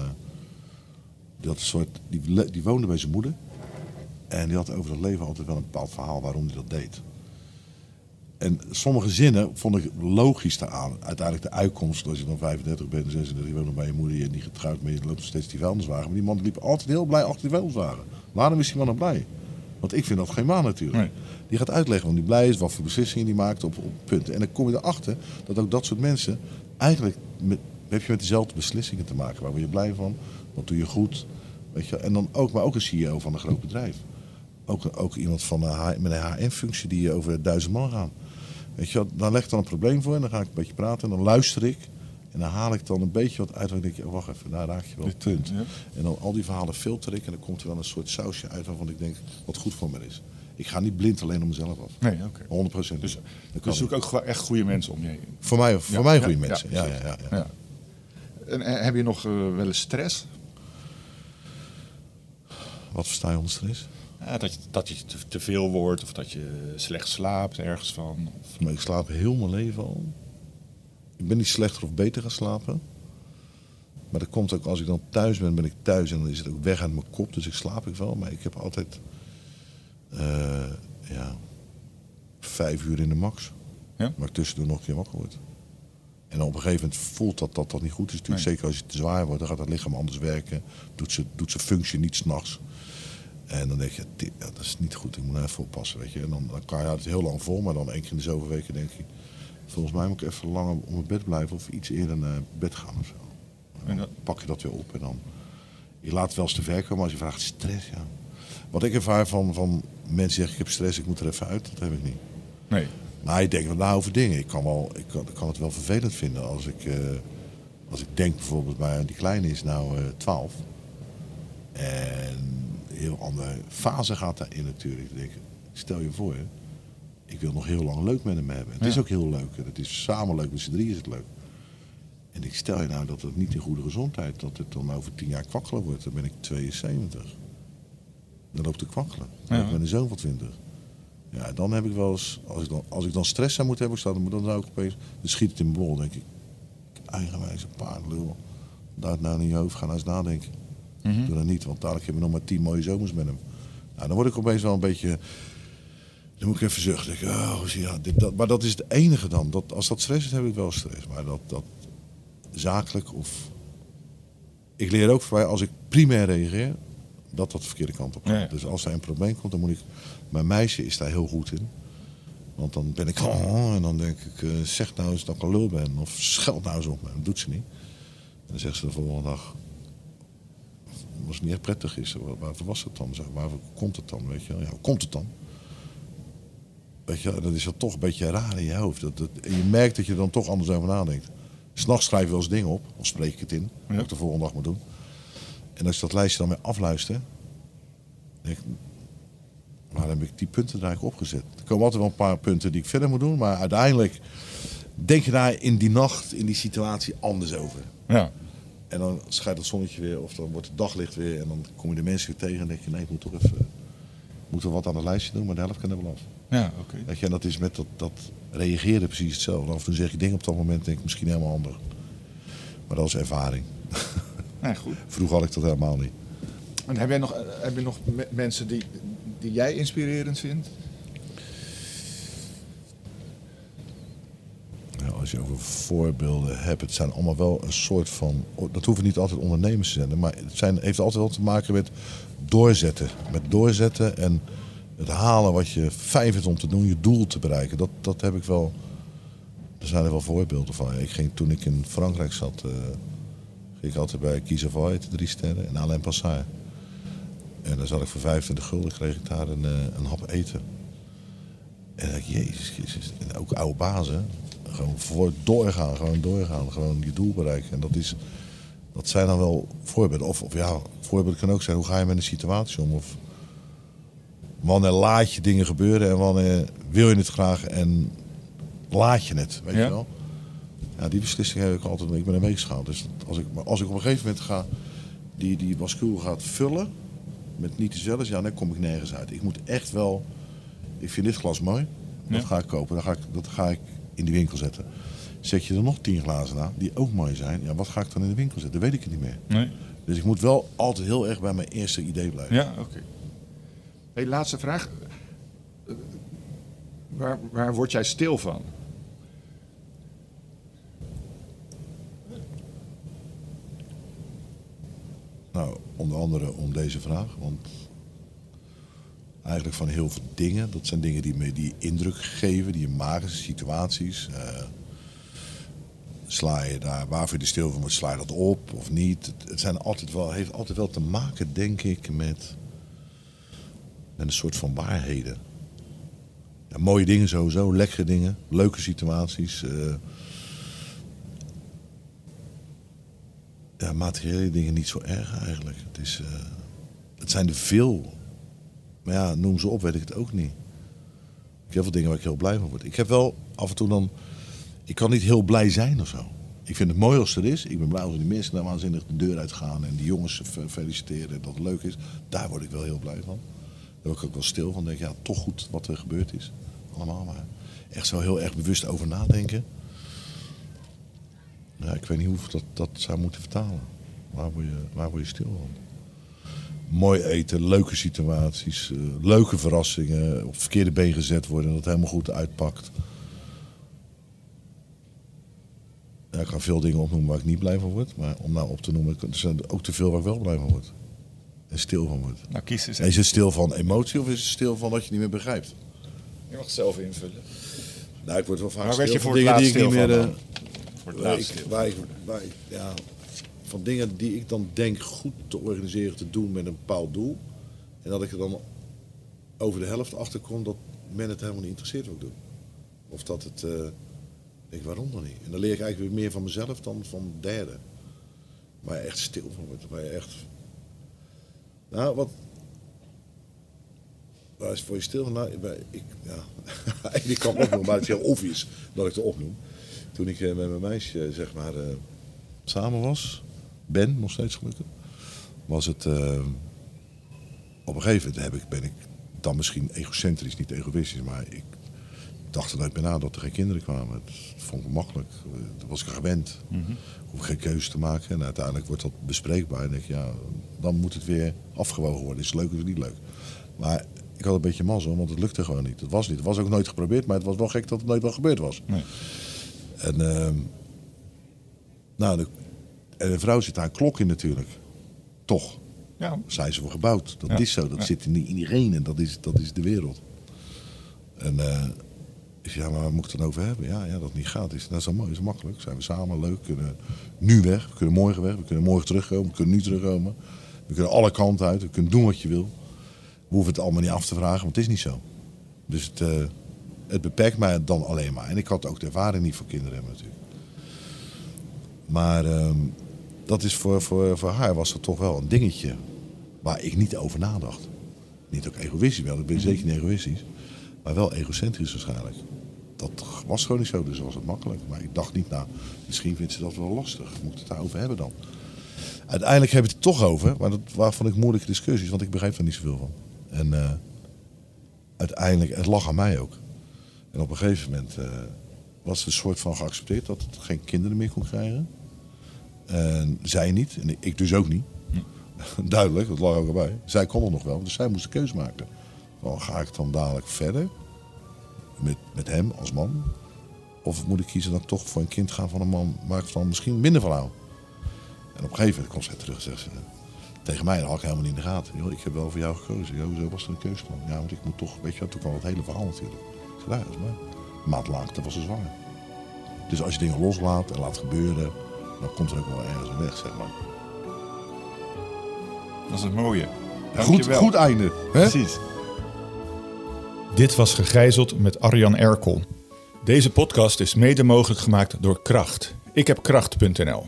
Die woonde bij zijn moeder. En die had over het leven altijd wel een bepaald verhaal waarom hij dat deed. En sommige zinnen vond ik logisch aan. Uiteindelijk de uitkomst, als je dan 35 bent en 36, je woont bij je moeder, je bent niet getrouwd, maar je loopt nog steeds die vuilniswagen. Maar die man liep altijd heel blij achter die vuilniswagen. Waarom is die man dan blij? Want ik vind dat geen maan natuurlijk. Nee. Die gaat uitleggen waarom hij blij is, wat voor beslissingen die maakt op punten. En dan kom je erachter dat ook dat soort mensen eigenlijk heb je met dezelfde beslissingen te maken. Waar word je blij van? Wat doe je goed? Weet je? En dan maar ook een CEO van een groot bedrijf. Ook iemand met een HN-functie die over 1000 man gaan. Weet je, dan leg ik dan een probleem voor en dan ga ik een beetje praten en dan luister ik. En dan haal ik dan een beetje wat uit. En dan denk je, wacht even, daar raak je wel het punt. Ja. En dan al die verhalen filter ik en dan komt er wel een soort sausje uit waarvan ik denk, wat goed voor me is. Ik ga niet blind alleen om mezelf af. Nee, oké. 100%. Dus zoek ook echt goede mensen om je heen. Voor mij goede mensen, ja. En heb je nog wel eens stress? Wat versta je onder stress? Ja, dat je te veel wordt of dat je slecht slaapt ergens van. Maar ik slaap heel mijn leven al. Ik ben niet slechter of beter gaan slapen. Maar dat komt ook als ik dan thuis ben ik thuis en dan is het ook weg uit mijn kop. Dus ik slaap wel. Maar ik heb altijd 5 uur in de max. Ja? Maar ik tussendoor nog een keer wakker word. En op een gegeven moment voelt dat niet goed is. Natuurlijk, nee. Zeker als je te zwaar wordt, dan gaat het lichaam anders werken. Doet zijn functie niet 's nachts. En dan denk je, dat is niet goed, ik moet even oppassen, weet je. En dan kan je het heel lang vol, maar dan 1 keer in de zoveel weken denk je, volgens mij moet ik even langer op mijn bed blijven of iets eerder naar bed gaan of zo. En dan pak je dat weer op en dan, je laat het wel eens te ver komen als je vraagt stress, ja. Wat ik ervaar van mensen zeggen, ik heb stress, ik moet er even uit, dat heb ik niet. Nee. Maar je denkt wel na over dingen. Ik kan het wel vervelend vinden als ik denk bijvoorbeeld bij die kleine is nou 12 en een heel andere fase gaat daarin natuurlijk. Ik denk, stel je voor, ik wil nog heel lang leuk met hem hebben. Het is ook heel leuk. Het is samen leuk, met z'n drieën is het leuk. En ik stel je nou dat het niet in goede gezondheid, dat het dan over 10 jaar kwakkelen wordt. Dan ben ik 72. Dan loopt het kwakkelen. Dan ben ik met een zoon van 20. Ja, dan heb ik wel eens, als ik dan stress zou moeten hebben, dan zou ik opeens, dan schiet het in mijn bol, denk ik. Eigenwijze paardlul. Daar nou in je hoofd, ga nou eens nadenken. Mm-hmm. Doe dat niet, want dadelijk heb je nog maar 10 mooie zomers met hem. Nou, dan word ik opeens wel een beetje, dan moet ik even zuchten. Maar dat is het enige dan. Als dat stress is, heb ik wel stress. Maar dat zakelijk of... Ik leer ook voor mij, als ik primair reageer, dat de verkeerde kant op gaat. Ja. Dus als er een probleem komt, dan moet ik... Mijn meisje is daar heel goed in. Want dan ben ik... en dan denk ik, zeg nou eens dat ik een lul ben. Of scheld nou eens op me. Dat doet ze niet. En dan zegt ze de volgende dag... als het niet echt prettig is, waarvoor was het dan? Waarvoor komt het dan? Weet je wel? Ja, hoe komt het dan? Weet je, dat is dan toch een beetje raar in je hoofd. En je merkt dat je er dan toch anders over nadenkt. 's Nachts schrijf je wel eens dingen op, of spreek ik het in, wat ik de volgende dag moet doen. En als je dat lijstje dan weer afluistert, denk ik, waar heb ik die punten er eigenlijk opgezet? Er komen altijd wel een paar punten die ik verder moet doen, maar uiteindelijk denk je daar in die nacht, in die situatie anders over. Ja. En dan schijnt het zonnetje weer, of dan wordt het daglicht weer, en dan kom je de mensen weer tegen en denk je, nee, ik moet toch even wat aan het lijstje doen, maar de helft kan er wel af. Ja, oké. Weet je, en dat is met dat reageren precies hetzelfde. Af en toe zeg je dingen op dat moment, denk ik misschien helemaal anders. Maar dat is ervaring. Ja, goed. Vroeger had ik dat helemaal niet. En heb je nog mensen die jij inspirerend vindt? Ja, als je over voorbeelden hebt, het zijn allemaal wel een soort van... Dat hoeven niet altijd ondernemers te zijn, maar het heeft altijd wel te maken met doorzetten. Met doorzetten en het halen wat je fijn vindt om te doen, je doel te bereiken. Dat heb ik wel... Er zijn er wel voorbeelden van. Toen ik in Frankrijk zat, ging ik altijd bij Guy Savoy, 3 sterren, en Alain Passard. En dan zat ik voor 25 gulden, kreeg ik daar een hap eten. En dan dacht ik, jezus. En ook oude bazen. Gewoon doorgaan, gewoon je doel bereiken. En dat zijn dan wel voorbeelden. Of voorbeelden kan ook zijn, hoe ga je met een situatie om? Of wanneer laat je dingen gebeuren en wanneer wil je het graag en laat je het, weet je wel? Ja, die beslissing heb ik altijd, ik ben er meegeschaald. Dus als ik op een gegeven moment ga, die bascule gaat vullen met niet zelfs, dan kom ik nergens uit. Ik moet echt wel, ik vind dit glas mooi, dat ga ik kopen, dat ga ik in de winkel zetten. Zet je er nog 10 glazen aan, die ook mooi zijn, ja, wat ga ik dan in de winkel zetten? Dat weet ik niet meer. Nee. Dus ik moet wel altijd heel erg bij mijn eerste idee blijven. Ja, oké. Hey, laatste vraag. Waar word jij stil van? Nou, onder andere om deze vraag. Want eigenlijk van heel veel dingen. Dat zijn dingen die indruk geven, die je magische situaties. Sla je daar, waarvoor je er stil van wordt, sla je dat op of niet? Het heeft altijd wel te maken, denk ik, met een soort van waarheden. Ja, mooie dingen sowieso, lekkere dingen, leuke situaties. Materiële dingen niet zo erg eigenlijk. Het zijn er veel. Maar ja, noem ze op, weet ik het ook niet. Ik heb wel dingen waar ik heel blij van word. Ik heb wel af en toe dan... Ik kan niet heel blij zijn of zo. Ik vind het mooi als het er is. Ik ben blij als die mensen daar waanzinnig de deur uitgaan en die jongens feliciteren dat het leuk is. Daar word ik wel heel blij van. Daar word ik ook wel stil van. Denk toch goed wat er gebeurd is. Allemaal, maar echt zo heel erg bewust over nadenken. Ja, ik weet niet hoe ik dat zou moeten vertalen. Waar word je stil van? Mooi eten, leuke situaties, leuke verrassingen, op het verkeerde been gezet worden en dat het helemaal goed uitpakt. Ja, ik kan veel dingen opnoemen waar ik niet blij van word, maar om nou op te noemen, er zijn ook te veel waar ik wel blij van word. En stil van word. Nou, kies eens. Is het stil van emotie of is het stil van dat je niet meer begrijpt? Je mag het zelf invullen. Nou, ik word wel vaak waar stil werd je van voor dingen het die ik niet meer... Voor het laatst van dingen die ik dan denk goed te organiseren, te doen met een bepaald doel. En dat ik er dan over de helft achter kom dat men het helemaal niet interesseert wat ik doe. Of dat het... denk waarom dan niet? En dan leer ik eigenlijk weer meer van mezelf dan van derden. Waar je echt stil van wordt. Waar je echt... Nou, wat... Waar is voor je stil van? Nou, ik kan opnoemen, maar het is heel obvious dat ik het opnoem. Toen ik met mijn meisje, zeg maar, samen was... nog steeds gelukkig. Was het... op een gegeven moment ben ik dan misschien egocentrisch, niet egoïstisch, maar ik dacht er nooit meer na dat er geen kinderen kwamen. Dat vond ik makkelijk. Dat was ik gewend. Hoef ik geen keuze te maken. En uiteindelijk wordt dat bespreekbaar. En denk ik, ja, dan moet het weer afgewogen worden. Is het leuk of niet leuk? Maar ik had een beetje mazzel, want het lukte gewoon niet. Het was niet. Het was ook nooit geprobeerd, maar het was wel gek dat het nooit wel gebeurd was. Nee. En en een vrouw zit daar een klok in natuurlijk. Toch. Ja. Zijn ze voor gebouwd. Dat is zo. Dat zit in iedereen en dat is de wereld. En ik zei, maar waar moet ik het dan over hebben? Ja, dat niet gaat. Dat is wel mooi, dat is makkelijk. Zijn we samen, leuk. We kunnen nu weg, we kunnen morgen weg, we kunnen morgen terugkomen, we kunnen nu terugkomen. We kunnen alle kanten uit, we kunnen doen wat je wil. We hoeven het allemaal niet af te vragen, want het is niet zo. Dus het beperkt mij dan alleen maar. En ik had ook de ervaring niet voor kinderen hebben natuurlijk. Maar dat is voor haar was dat toch wel een dingetje waar ik niet over nadacht. Niet ook egoïstisch wel, ik ben zeker niet egoïstisch. Maar wel egocentrisch waarschijnlijk. Dat was gewoon niet zo, dus was het makkelijk. Maar ik dacht niet, misschien vindt ze dat wel lastig. Moet ik het daarover hebben dan? Uiteindelijk heb ik het er toch over, maar dat vond ik moeilijke discussies, want ik begreep er niet zoveel van. En uiteindelijk, het lag aan mij ook. En op een gegeven moment was het een soort van geaccepteerd dat het geen kinderen meer kon krijgen. En zij niet, en ik dus ook niet. Duidelijk, dat lag ook erbij. Zij kon er nog wel, dus zij moest de keuze maken. Van, ga ik dan dadelijk verder met hem als man? Of moet ik kiezen dat ik toch voor een kind ga van een man waar ik dan misschien minder van hou? En op een gegeven moment komt zij terug en zegt ze tegen mij, dat had ik helemaal niet in de gaten. Joh, ik heb wel voor jou gekozen. Joh, zo was er een keuze dan. Ja, want ik moet toch, weet je, toen kwam het hele verhaal natuurlijk. Ik zei, dat is mij. Een maand later was ze zwanger. Dus als je dingen loslaat en laat gebeuren, dan komt er ook wel ergens een weg, zeg maar. Dat is een mooie. Goed einde. Hè? Precies. Dit was Gegijzeld met Arjan Erkel. Deze podcast is mede mogelijk gemaakt door Kracht. Ik heb kracht.nl.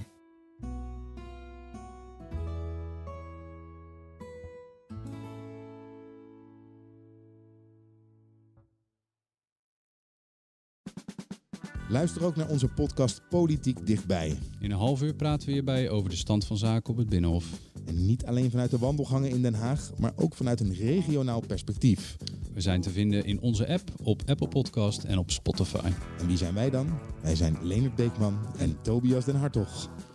Luister ook naar onze podcast Politiek Dichtbij. In een half uur praten we hierbij over de stand van zaken op het Binnenhof. En niet alleen vanuit de wandelgangen in Den Haag, maar ook vanuit een regionaal perspectief. We zijn te vinden in onze app, op Apple Podcast en op Spotify. En wie zijn wij dan? Wij zijn Leonard Beekman en Tobias den Hartog.